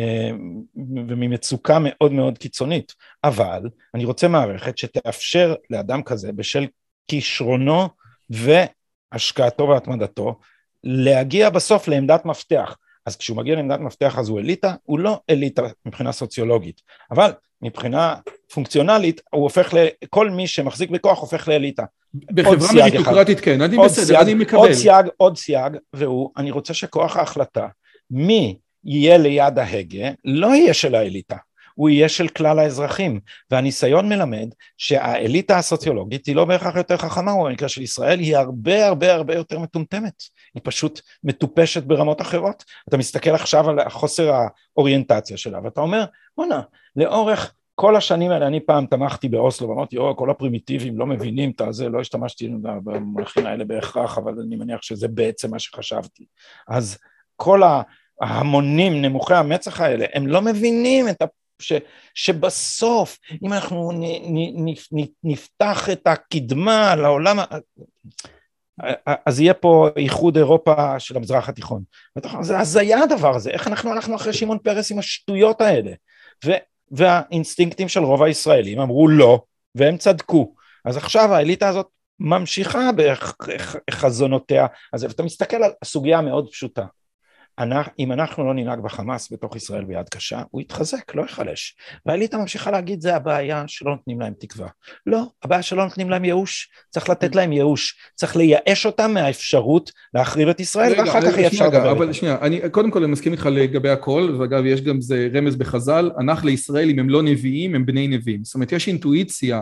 Speaker 1: וממצוקה מאוד מאוד קיצונית, אבל אני רוצה מערכת שתאפשר לאדם כזה, בשל כישרונו והשקעתו והתמדתו, להגיע בסוף לעמדת מפתח. אז כשהוא מגיע לעמדת מפתח אז הוא אליטה, הוא לא אליטה מבחינה סוציולוגית, אבל מבחינה פונקציונלית, הוא הופך לכל מי שמחזיק בכוח הופך לאליטה.
Speaker 2: בחברה מריטוקרטית כן, אני בסדר,
Speaker 1: סייג,
Speaker 2: אני מקבל.
Speaker 1: עוד סייג, עוד סייג, והוא, אני רוצה שכוח ההחלטה, מי יהיה ליד ההגה, לא יהיה של האליטה, הוא יהיה של כלל האזרחים, והניסיון מלמד שהאליטה הסוציולוגית היא לא בהכרח יותר חכמה, הוא במקרה של ישראל, היא הרבה הרבה הרבה יותר מטומטמת, היא פשוט מטופשת ברמות אחרות, אתה מסתכל עכשיו על חוסר האוריינטציה שלה, ואתה אומר, בונה, לאורך כל השנים האלה, אני פעם תמכתי באוסלו, ואמרתי, או, כל הפרימיטיבים לא מבינים את זה, לא השתמשתי במונחים האלה בהכרח, אבל אני מניח שזה בעצם מה שחשבתי, אז כל ההמונים נמוכי המצח האלה, הם לא מבינים את ה... ש, שבסוף, אם אנחנו נ, נ, נ, נ, נפתח את הקדמה לעולם, אז יהיה פה איחוד אירופה של המזרח התיכון. זה הזיה הדבר הזה, איך אנחנו הלכנו אחרי שמעון פרס עם השטויות האלה, ו, והאינסטינקטים של רוב הישראלים אמרו לא, והם צדקו. אז עכשיו האליטה הזאת ממשיכה בחזונותיה, אז אתה מסתכל על הסוגיה המאוד פשוטה, אם אנחנו לא ננהג בחמאס בתוך ישראל ביד קשה, הוא יתחזק, לא יחלש. והאליטה ממשיכה להגיד, זה הבעיה שלא נותנים להם תקווה. לא, הבעיה שלא נותנים להם ייאוש, צריך לתת להם ייאוש, צריך לייאש אותם מהאפשרות להחריב את ישראל, ואחר כך יהיה אפשר לדבר.
Speaker 2: אבל שנייה, אני קודם כל אני מסכים איתך לגבי הכל, ואגב יש גם זה רמז בחז"ל, אנחנו לישראל אם הם לא נביאים, הם בני נביאים. זאת אומרת, יש אינטואיציה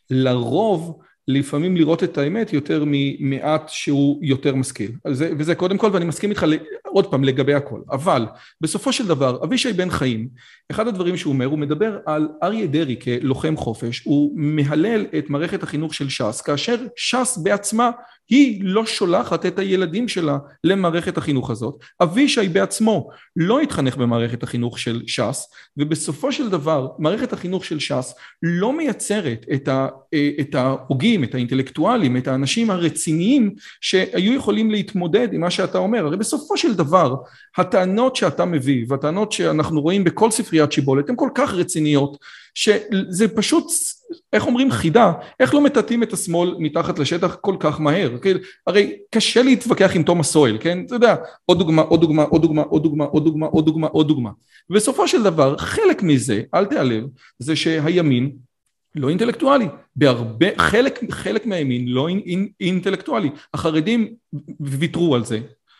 Speaker 2: לרוב, לפעמים לראות את האמת יותר ממעט שהוא יותר משכיל. וזה קודם כל, ואני מסכים איתך עוד פעם לגבי הכל. אבל בסופו של דבר, אבישי בן חיים, אחד הדברים שהוא אומר, הוא מדבר על אריה דרעי כלוחם חופש, הוא מהלל את מערכת החינוך של ש"ס, כאשר ש"ס בעצמה היא לא שולחת את הילדים שלה למערכת החינוך הזאת. אבישי בעצמו לא התחנך במערכת החינוך של ש"ס, ובסופו של דבר, מערכת החינוך של ש"ס לא מייצרת את ה, את ההוגים, את האינטלקטואלים, את האנשים הרציניים שהיו יכולים להתמודד עם מה שאתה אומר. הרי בסופו של דבר, הטענות שאתה מביא, והטענות שאנחנו רואים בכל ספריית שיבולת, הן כל כך רציניות, שזה פשוט, איך אומרים, חידה, איך לא מטאטאים את השמאל מתחת לשטח כל כך מהר, כן? הרי קשה להתווכח עם תומאס סואל, כן? אתה יודע, עוד דוגמה, עוד דוגמה, עוד דוגמה, עוד דוגמה, עוד דוגמה, עוד דוגמה, עוד דוגמה. ובסופו של דבר, חלק מזה, אל תיעלב, זה שהימין לא אינטלקטואלי, בהרבה, חלק, חלק מהימין לא אינטלקטואלי, החרדים ויתרו על זה,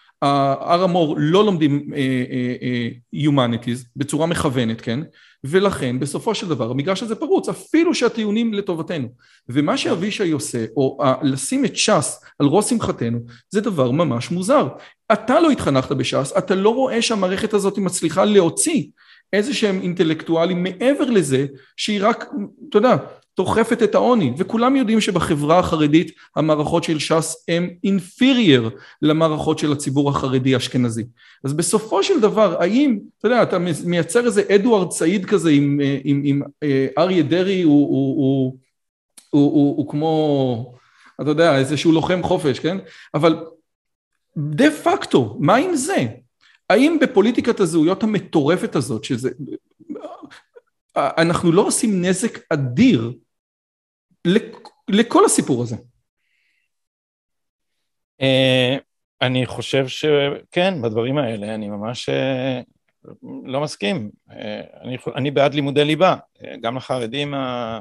Speaker 2: הר המור לא לומדים humanities בצורה מכוונת, כן? ולכן בסופו של דבר המגרש הזה פרוץ, אפילו שהטיעונים לטובתנו. ומה שאבישי עושה, או לשים את ש"ס על ראש שמחתנו, זה דבר ממש מוזר. אתה לא התחנכת בש"ס, אתה לא רואה שהמערכת הזאת מצליחה להוציא איזה שהם אינטלקטואלים מעבר לזה, שהיא רק, אתה יודע, תוחפת את העוני, וכולם יודעים שבחברה החרדית המערכות של ש"ס הם inferior למערכות של הציבור החרדי האשכנזי. אז בסופו של דבר, האם, אתה יודע, אתה מייצר איזה אדוארד סעיד כזה עם, עם, עם אריה דרעי, הוא, הוא, הוא, הוא, הוא, הוא כמו, אתה יודע, איזשהו לוחם חופש, כן? אבל דה פקטו, מה עם זה? האם בפוליטיקת הזהויות המטורפת הזאת, שזה, אנחנו לא עושים נזק אדיר לכל הסיפור הזה?
Speaker 1: אני חושב שכן, בדברים האלה, אני ממש לא מסכים. אני, אני בעד לימודי ליבה, גם לחרדים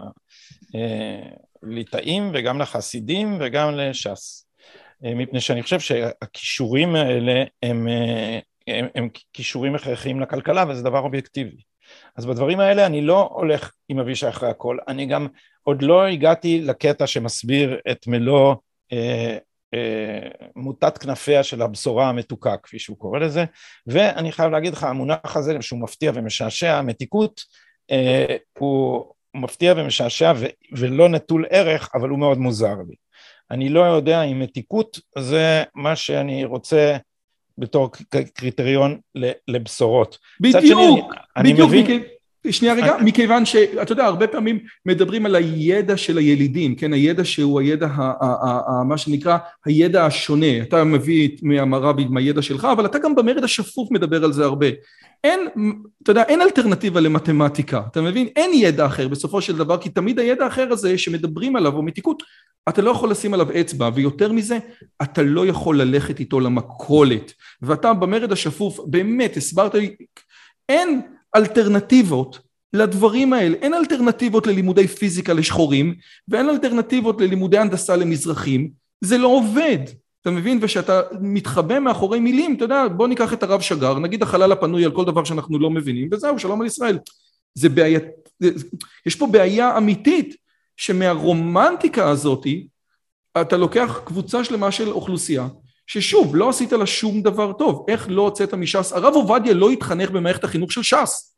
Speaker 1: הליטאים וגם לחסידים וגם לש"ס. מפני שאני חושב שהכישורים האלה הם, הם, הם כישורים הכרחיים לכלכלה, וזה דבר אובייקטיבי. אז בדברים האלה אני לא הולך עם אבישי אחרי הכל, אני גם עוד לא הגעתי לקטע שמסביר את מלוא אה, אה, מוטת כנפיה של הבשורה המתוקה, כפי שהוא קורא לזה, ואני חייב להגיד לך, המונח הזה שהוא מפתיע ומשעשע, המתיקות, אה, הוא מפתיע ומשעשע ו- ולא נטול ערך, אבל הוא מאוד מוזר לי. אני לא יודע אם מתיקות זה מה שאני רוצה בתור קריטריון לבשורות.
Speaker 2: בדיוק,
Speaker 1: אני, אני
Speaker 2: בדיוק,
Speaker 1: מבין,
Speaker 2: בדיוק. שנייה רגע, מכיוון שאתה יודע, הרבה פעמים מדברים על הידע של הילידים, כן, הידע שהוא הידע, מה שנקרא, הידע השונה, אתה מביא מהמרבי מהידע שלך, אבל אתה גם במרד השפוף מדבר על זה הרבה. אין, אתה יודע, אין אלטרנטיבה למתמטיקה, אתה מבין? אין ידע אחר בסופו של דבר, כי תמיד הידע האחר הזה שמדברים עליו, או מתיקות, אתה לא יכול לשים עליו אצבע, ויותר מזה, אתה לא יכול ללכת איתו למכולת, ואתה במרד השפוף, באמת, הסברת לי, אין אלטרנטיבות לדברים האלה, אין אלטרנטיבות ללימודי פיזיקה לשחורים, ואין אלטרנטיבות ללימודי הנדסה למזרחים, זה לא עובד, אתה מבין? ושאתה מתחבא מאחורי מילים, אתה יודע, בוא ניקח את הרב שגר, נגיד החלל הפנוי על כל דבר שאנחנו לא מבינים, וזהו, שלום על ישראל. זה בעיה, יש פה בעיה אמיתית, שמהרומנטיקה הזאת, אתה לוקח קבוצה שלמה של אוכלוסייה, ששוב, לא עשית לה שום דבר טוב. איך לא הוצאת מש"ס? הרב עובדיה לא התחנך במערכת החינוך של ש"ס.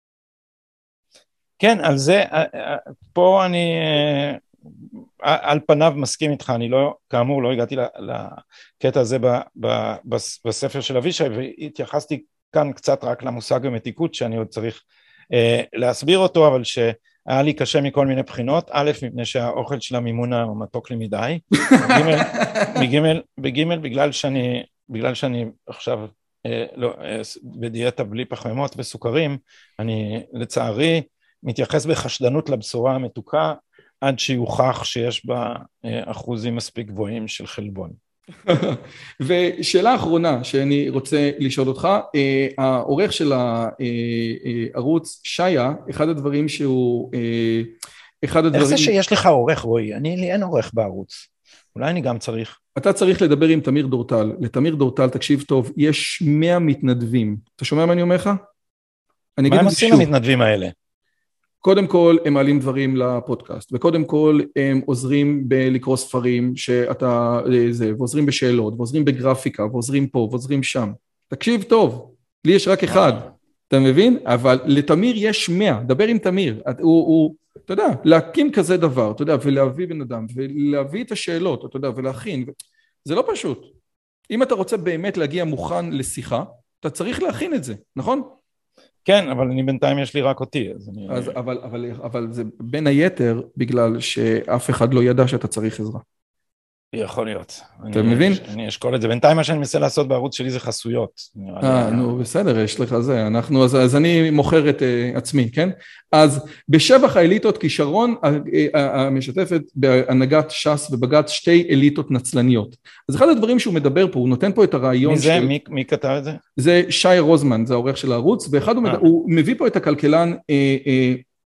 Speaker 1: כן, על זה, פה אני על פניו מסכים איתך, אני לא, כאמור, לא הגעתי לקטע הזה בספר של אבישי, והתייחסתי כאן קצת רק למושג המתיקות, שאני עוד צריך להסביר אותו, אבל שהיה לי קשה מכל מיני בחינות, א', מפני שהאוכל של המימונה הוא מתוק לי מדי, בג' בגלל שאני, בגלל שאני עכשיו לא, בדיאטה בלי פחמימות וסוכרים, אני לצערי מתייחס בחשדנות לבשורה המתוקה, עד שיוכח שיש בה אחוזים מספיק גבוהים של חלבון.
Speaker 2: ושאלה אחרונה שאני רוצה לשאול אותך, העורך של הערוץ שיה, אחד הדברים שהוא, אחד הדברים...
Speaker 1: איך זה שיש לך עורך, רועי? אני, לי אין עורך בערוץ. אולי אני גם צריך.
Speaker 2: אתה צריך לדבר עם תמיר דורטל. לתמיר דורטל, תקשיב טוב, יש מאה מתנדבים. אתה שומע מה אני אומר לך?
Speaker 1: מה הם עושים המתנדבים האלה?
Speaker 2: קודם כל הם מעלים דברים לפודקאסט, וקודם כל הם עוזרים בלקרוא ספרים שאתה, זה, ועוזרים בשאלות, ועוזרים בגרפיקה, ועוזרים פה, ועוזרים שם. תקשיב טוב, לי יש רק אחד, אתה מבין? אבל לתמיר יש מאה, דבר עם תמיר, הוא, הוא, אתה יודע, להקים כזה דבר, אתה יודע, ולהביא בן אדם, ולהביא את השאלות, אתה יודע, ולהכין, זה לא פשוט. אם אתה רוצה באמת להגיע מוכן לשיחה, אתה צריך להכין את זה, נכון?
Speaker 1: כן, אבל אני בינתיים יש לי רק אותי. אז אני...
Speaker 2: אז, אבל, אבל, אבל זה בין היתר בגלל שאף אחד לא ידע שאתה צריך עזרה.
Speaker 1: יכול להיות.
Speaker 2: אתה אני, מבין?
Speaker 1: אני אשקול את זה. בינתיים מה שאני מנסה לעשות בערוץ שלי זה חסויות.
Speaker 2: אה, נו, בסדר, יש לך זה. אנחנו, אז, אז אני מוכר את uh, עצמי, כן? אז בשבח האליטות, כישרון המשתפת בהנהגת ש"ס ובג"ץ שתי אליטות נצלניות. אז אחד הדברים שהוא מדבר פה, הוא נותן פה את הרעיון
Speaker 1: מי זה? של... מי, מי כתב את זה?
Speaker 2: זה שי רוזמן, זה העורך של הערוץ, ואחד הוא, מד... הוא מביא פה את הכלכלן... אה, אה,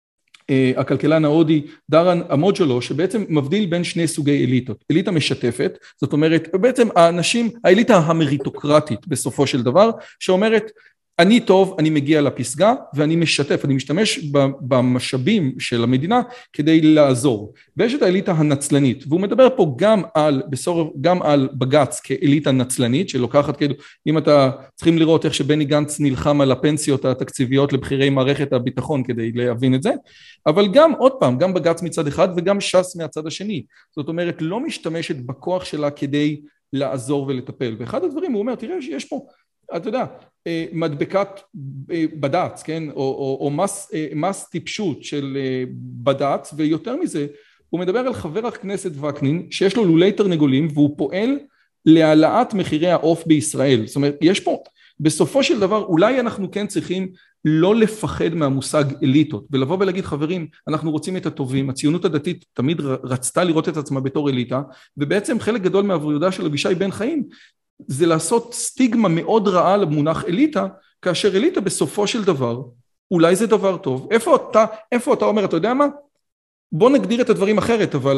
Speaker 2: הכלכלן ההודי דרן אמוג'לו, שבעצם מבדיל בין שני סוגי אליטות. אליטה משתפת, זאת אומרת, בעצם האנשים, האליטה המריטוקרטית בסופו של דבר, שאומרת, אני טוב, אני מגיע לפסגה, ואני משתף, אני משתמש במשאבים של המדינה כדי לעזור. ויש את האליטה הנצלנית, והוא מדבר פה גם על, בסורב, גם על בג"ץ כאליטה נצלנית, שלוקחת כאילו, אם אתה צריכים לראות איך שבני גנץ נלחם על הפנסיות התקציביות לבחירי מערכת הביטחון כדי להבין את זה, אבל גם, עוד פעם, גם בג"ץ מצד אחד וגם ש"ס מהצד השני. זאת אומרת, לא משתמשת בכוח שלה כדי לעזור ולטפל. ואחד הדברים, הוא אומר, תראה שיש פה, אתה יודע, מדבקת בד"ץ, כן? או, או, או מס, מס טיפשות של בד"ץ, ויותר מזה, הוא מדבר על חבר הכנסת וקנין, שיש לו לולי תרנגולים, והוא פועל להעלאת מחירי העוף בישראל. זאת אומרת, יש פה, בסופו של דבר, אולי אנחנו כן צריכים לא לפחד מהמושג אליטות, ולבוא ולהגיד, חברים, אנחנו רוצים את הטובים, הציונות הדתית תמיד רצתה לראות את עצמה בתור אליטה, ובעצם חלק גדול מהעבודה של אבישי בן חיים, זה לעשות סטיגמה מאוד רעה למונח אליטה, כאשר אליטה בסופו של דבר, אולי זה דבר טוב. איפה אתה, איפה אתה אומר, אתה יודע מה? בוא נגדיר את הדברים אחרת, אבל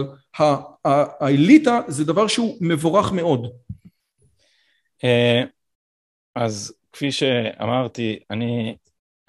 Speaker 2: האליטה זה דבר שהוא מבורך מאוד.
Speaker 1: אז כפי שאמרתי, אני,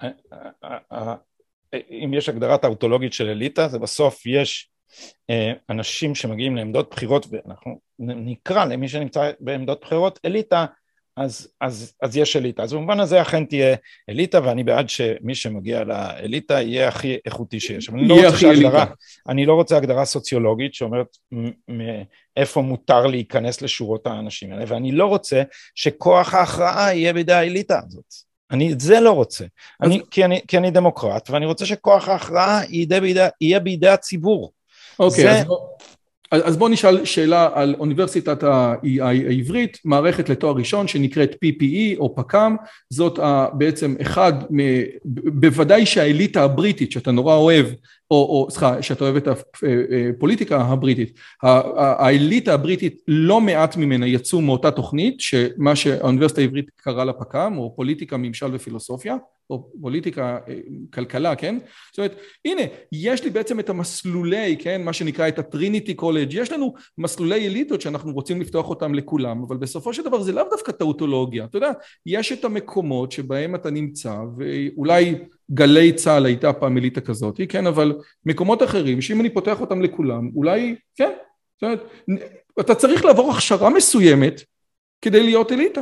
Speaker 1: אם יש הגדרת האוטולוגית של אליטה, זה בסוף יש אנשים שמגיעים לעמדות בחירות, ואנחנו נקרא למי שנמצא בעמדות בחירות אליטה, אז, אז, אז יש אליטה. אז במובן הזה אכן תהיה אליטה, ואני בעד שמי שמגיע לאליטה יהיה הכי איכותי שיש. אני לא רוצה שהגדרה, אני לא רוצה הגדרה סוציולוגית שאומרת מאיפה מותר להיכנס לשורות האנשים האלה, ואני לא רוצה שכוח ההכרעה יהיה בידי האליטה הזאת. אני את זה לא רוצה, אני, כי, אני, כי אני דמוקרט, ואני רוצה שכוח ההכרעה יהיה בידי, יהיה בידי הציבור.
Speaker 2: אוקיי,
Speaker 1: זה...
Speaker 2: אז, בוא, אז בוא נשאל שאלה על אוניברסיטת העברית, מערכת לתואר ראשון שנקראת פי פי אי או פקאם, זאת בעצם אחד, בוודאי שהאליטה הבריטית, שאתה נורא אוהב, או, או סליחה, שאתה אוהב את הפוליטיקה הבריטית, האליטה הבריטית לא מעט ממנה יצאו מאותה תוכנית, שמה שהאוניברסיטה העברית קרא לה פקאם, או פוליטיקה, ממשל ופילוסופיה, או פוליטיקה, כלכלה, כן? זאת אומרת, הנה, יש לי בעצם את המסלולי, כן? מה שנקרא את הטריניטי קולג', יש לנו מסלולי אליטות שאנחנו רוצים לפתוח אותם לכולם, אבל בסופו של דבר זה לאו דווקא טאוטולוגיה, אתה יודע, יש את המקומות שבהם אתה נמצא, ואולי גלי צהל הייתה פעם אליטה כזאת, כן? אבל מקומות אחרים, שאם אני פותח אותם לכולם, אולי, כן? זאת אומרת, אתה צריך לעבור הכשרה מסוימת כדי להיות אליטה.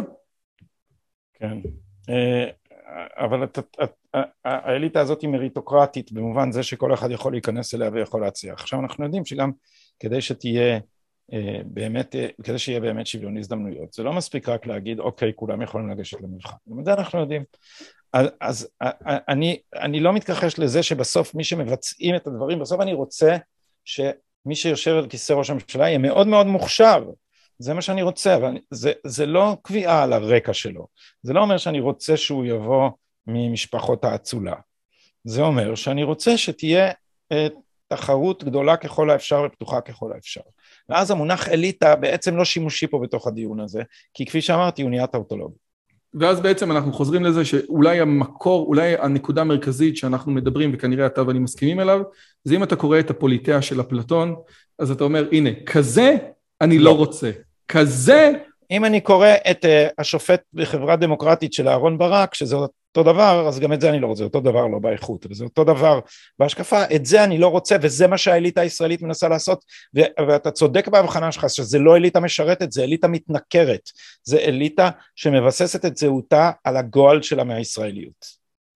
Speaker 1: כן. אבל האליטה הזאת היא מריטוקרטית, במובן זה שכל אחד יכול להיכנס אליה ויכול להצליח. עכשיו אנחנו יודעים שגם כדי שתהיה באמת, כדי שיהיה באמת שוויון הזדמנויות, זה לא מספיק רק להגיד, אוקיי, כולם יכולים לגשת למבחן. גם את זה אנחנו יודעים. אז, אז אני, אני לא מתכחש לזה שבסוף מי שמבצעים את הדברים, בסוף אני רוצה שמי שיושב על כיסא ראש הממשלה יהיה מאוד מאוד מוכשר. זה מה שאני רוצה, אבל זה, זה לא קביעה על הרקע שלו. זה לא אומר שאני רוצה שהוא יבוא ממשפחות האצולה. זה אומר שאני רוצה שתהיה אה, תחרות גדולה ככל האפשר ופתוחה ככל האפשר. ואז המונח אליטה בעצם לא שימושי פה בתוך הדיון הזה, כי כפי שאמרתי, הוא נהיה טאוטולוגי.
Speaker 2: ואז בעצם אנחנו חוזרים לזה שאולי המקור, אולי הנקודה המרכזית שאנחנו מדברים, וכנראה אתה ואני מסכימים אליו, זה אם אתה קורא את הפוליטאה של אפלטון, אז אתה אומר, הנה, כזה אני לא רוצה. כזה...
Speaker 1: אם אני קורא את uh, השופט בחברה דמוקרטית של אהרון ברק, שזה אותו דבר, אז גם את זה אני לא רוצה, אותו דבר לא באיכות, וזה אותו דבר בהשקפה, את זה אני לא רוצה, וזה מה שהאליטה הישראלית מנסה לעשות, ו- ואתה צודק בהבחנה שלך, שזה לא אליטה משרתת, זה אליטה מתנכרת, זה אליטה שמבססת את זהותה על הגועל שלה מהישראליות.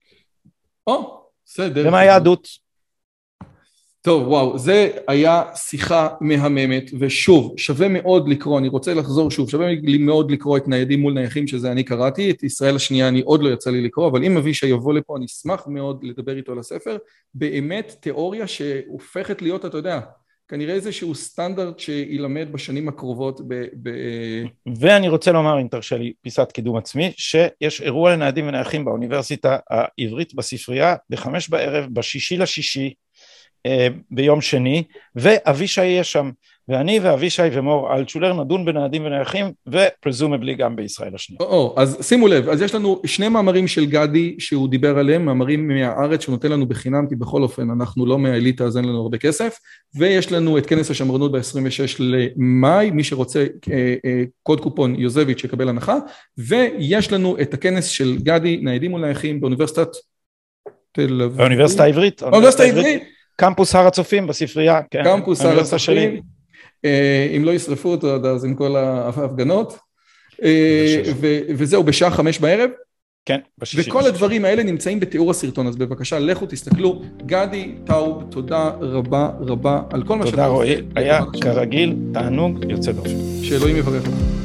Speaker 2: או, בסדר.
Speaker 1: ומהיהדות.
Speaker 2: טוב, וואו, זה היה שיחה מהממת, ושוב, שווה מאוד לקרוא, אני רוצה לחזור שוב, שווה לי מאוד לקרוא את ניידים מול נייחים, שזה אני קראתי, את ישראל השנייה אני עוד לא יצא לי לקרוא, אבל אם אבישי יבוא לפה, אני אשמח מאוד לדבר איתו על הספר, באמת תיאוריה שהופכת להיות, אתה יודע, כנראה איזשהו סטנדרט שילמד בשנים הקרובות ב... ב...
Speaker 1: ואני רוצה לומר, אם תרשה לי פיסת קידום עצמי, שיש אירוע לניידים ונייחים באוניברסיטה העברית בספרייה, בחמש בערב, בשישי לשישי, ביום שני, ואבישי יהיה שם, ואני ואבישי ומור אלטשולר נדון בניידים ונייחים, ופרזומבלי גם בישראל השנייה.
Speaker 2: או, אז שימו לב, אז יש לנו שני מאמרים של גדי שהוא דיבר עליהם, מאמרים מהארץ שהוא נותן לנו בחינם, כי בכל אופן אנחנו לא מהאליטה, אז אין לנו הרבה כסף, ויש לנו את כנס השמרנות ב-עשרים ושש למאי, מי שרוצה קוד קופון יוזביץ' יקבל הנחה, ויש לנו את הכנס של גדי, ניידים ונייחים באוניברסיטת תל אביב.
Speaker 1: באוניברסיטה העברית.
Speaker 2: באוניברסיטה העברית.
Speaker 1: קמפוס הר הצופים בספרייה, כן.
Speaker 2: קמפוס הר הצופים, אם לא ישרפו אותו, אז עם כל ההפגנות, וזהו בשעה חמש בערב,
Speaker 1: כן, בשישי.
Speaker 2: וכל הדברים האלה נמצאים בתיאור הסרטון, אז בבקשה, לכו תסתכלו. גדי טאוב, תודה רבה רבה על כל מה שאתה עושה.
Speaker 1: תודה רועי, היה כרגיל, תענוג, יוצא דופן.
Speaker 2: שאלוהים יברך אותך.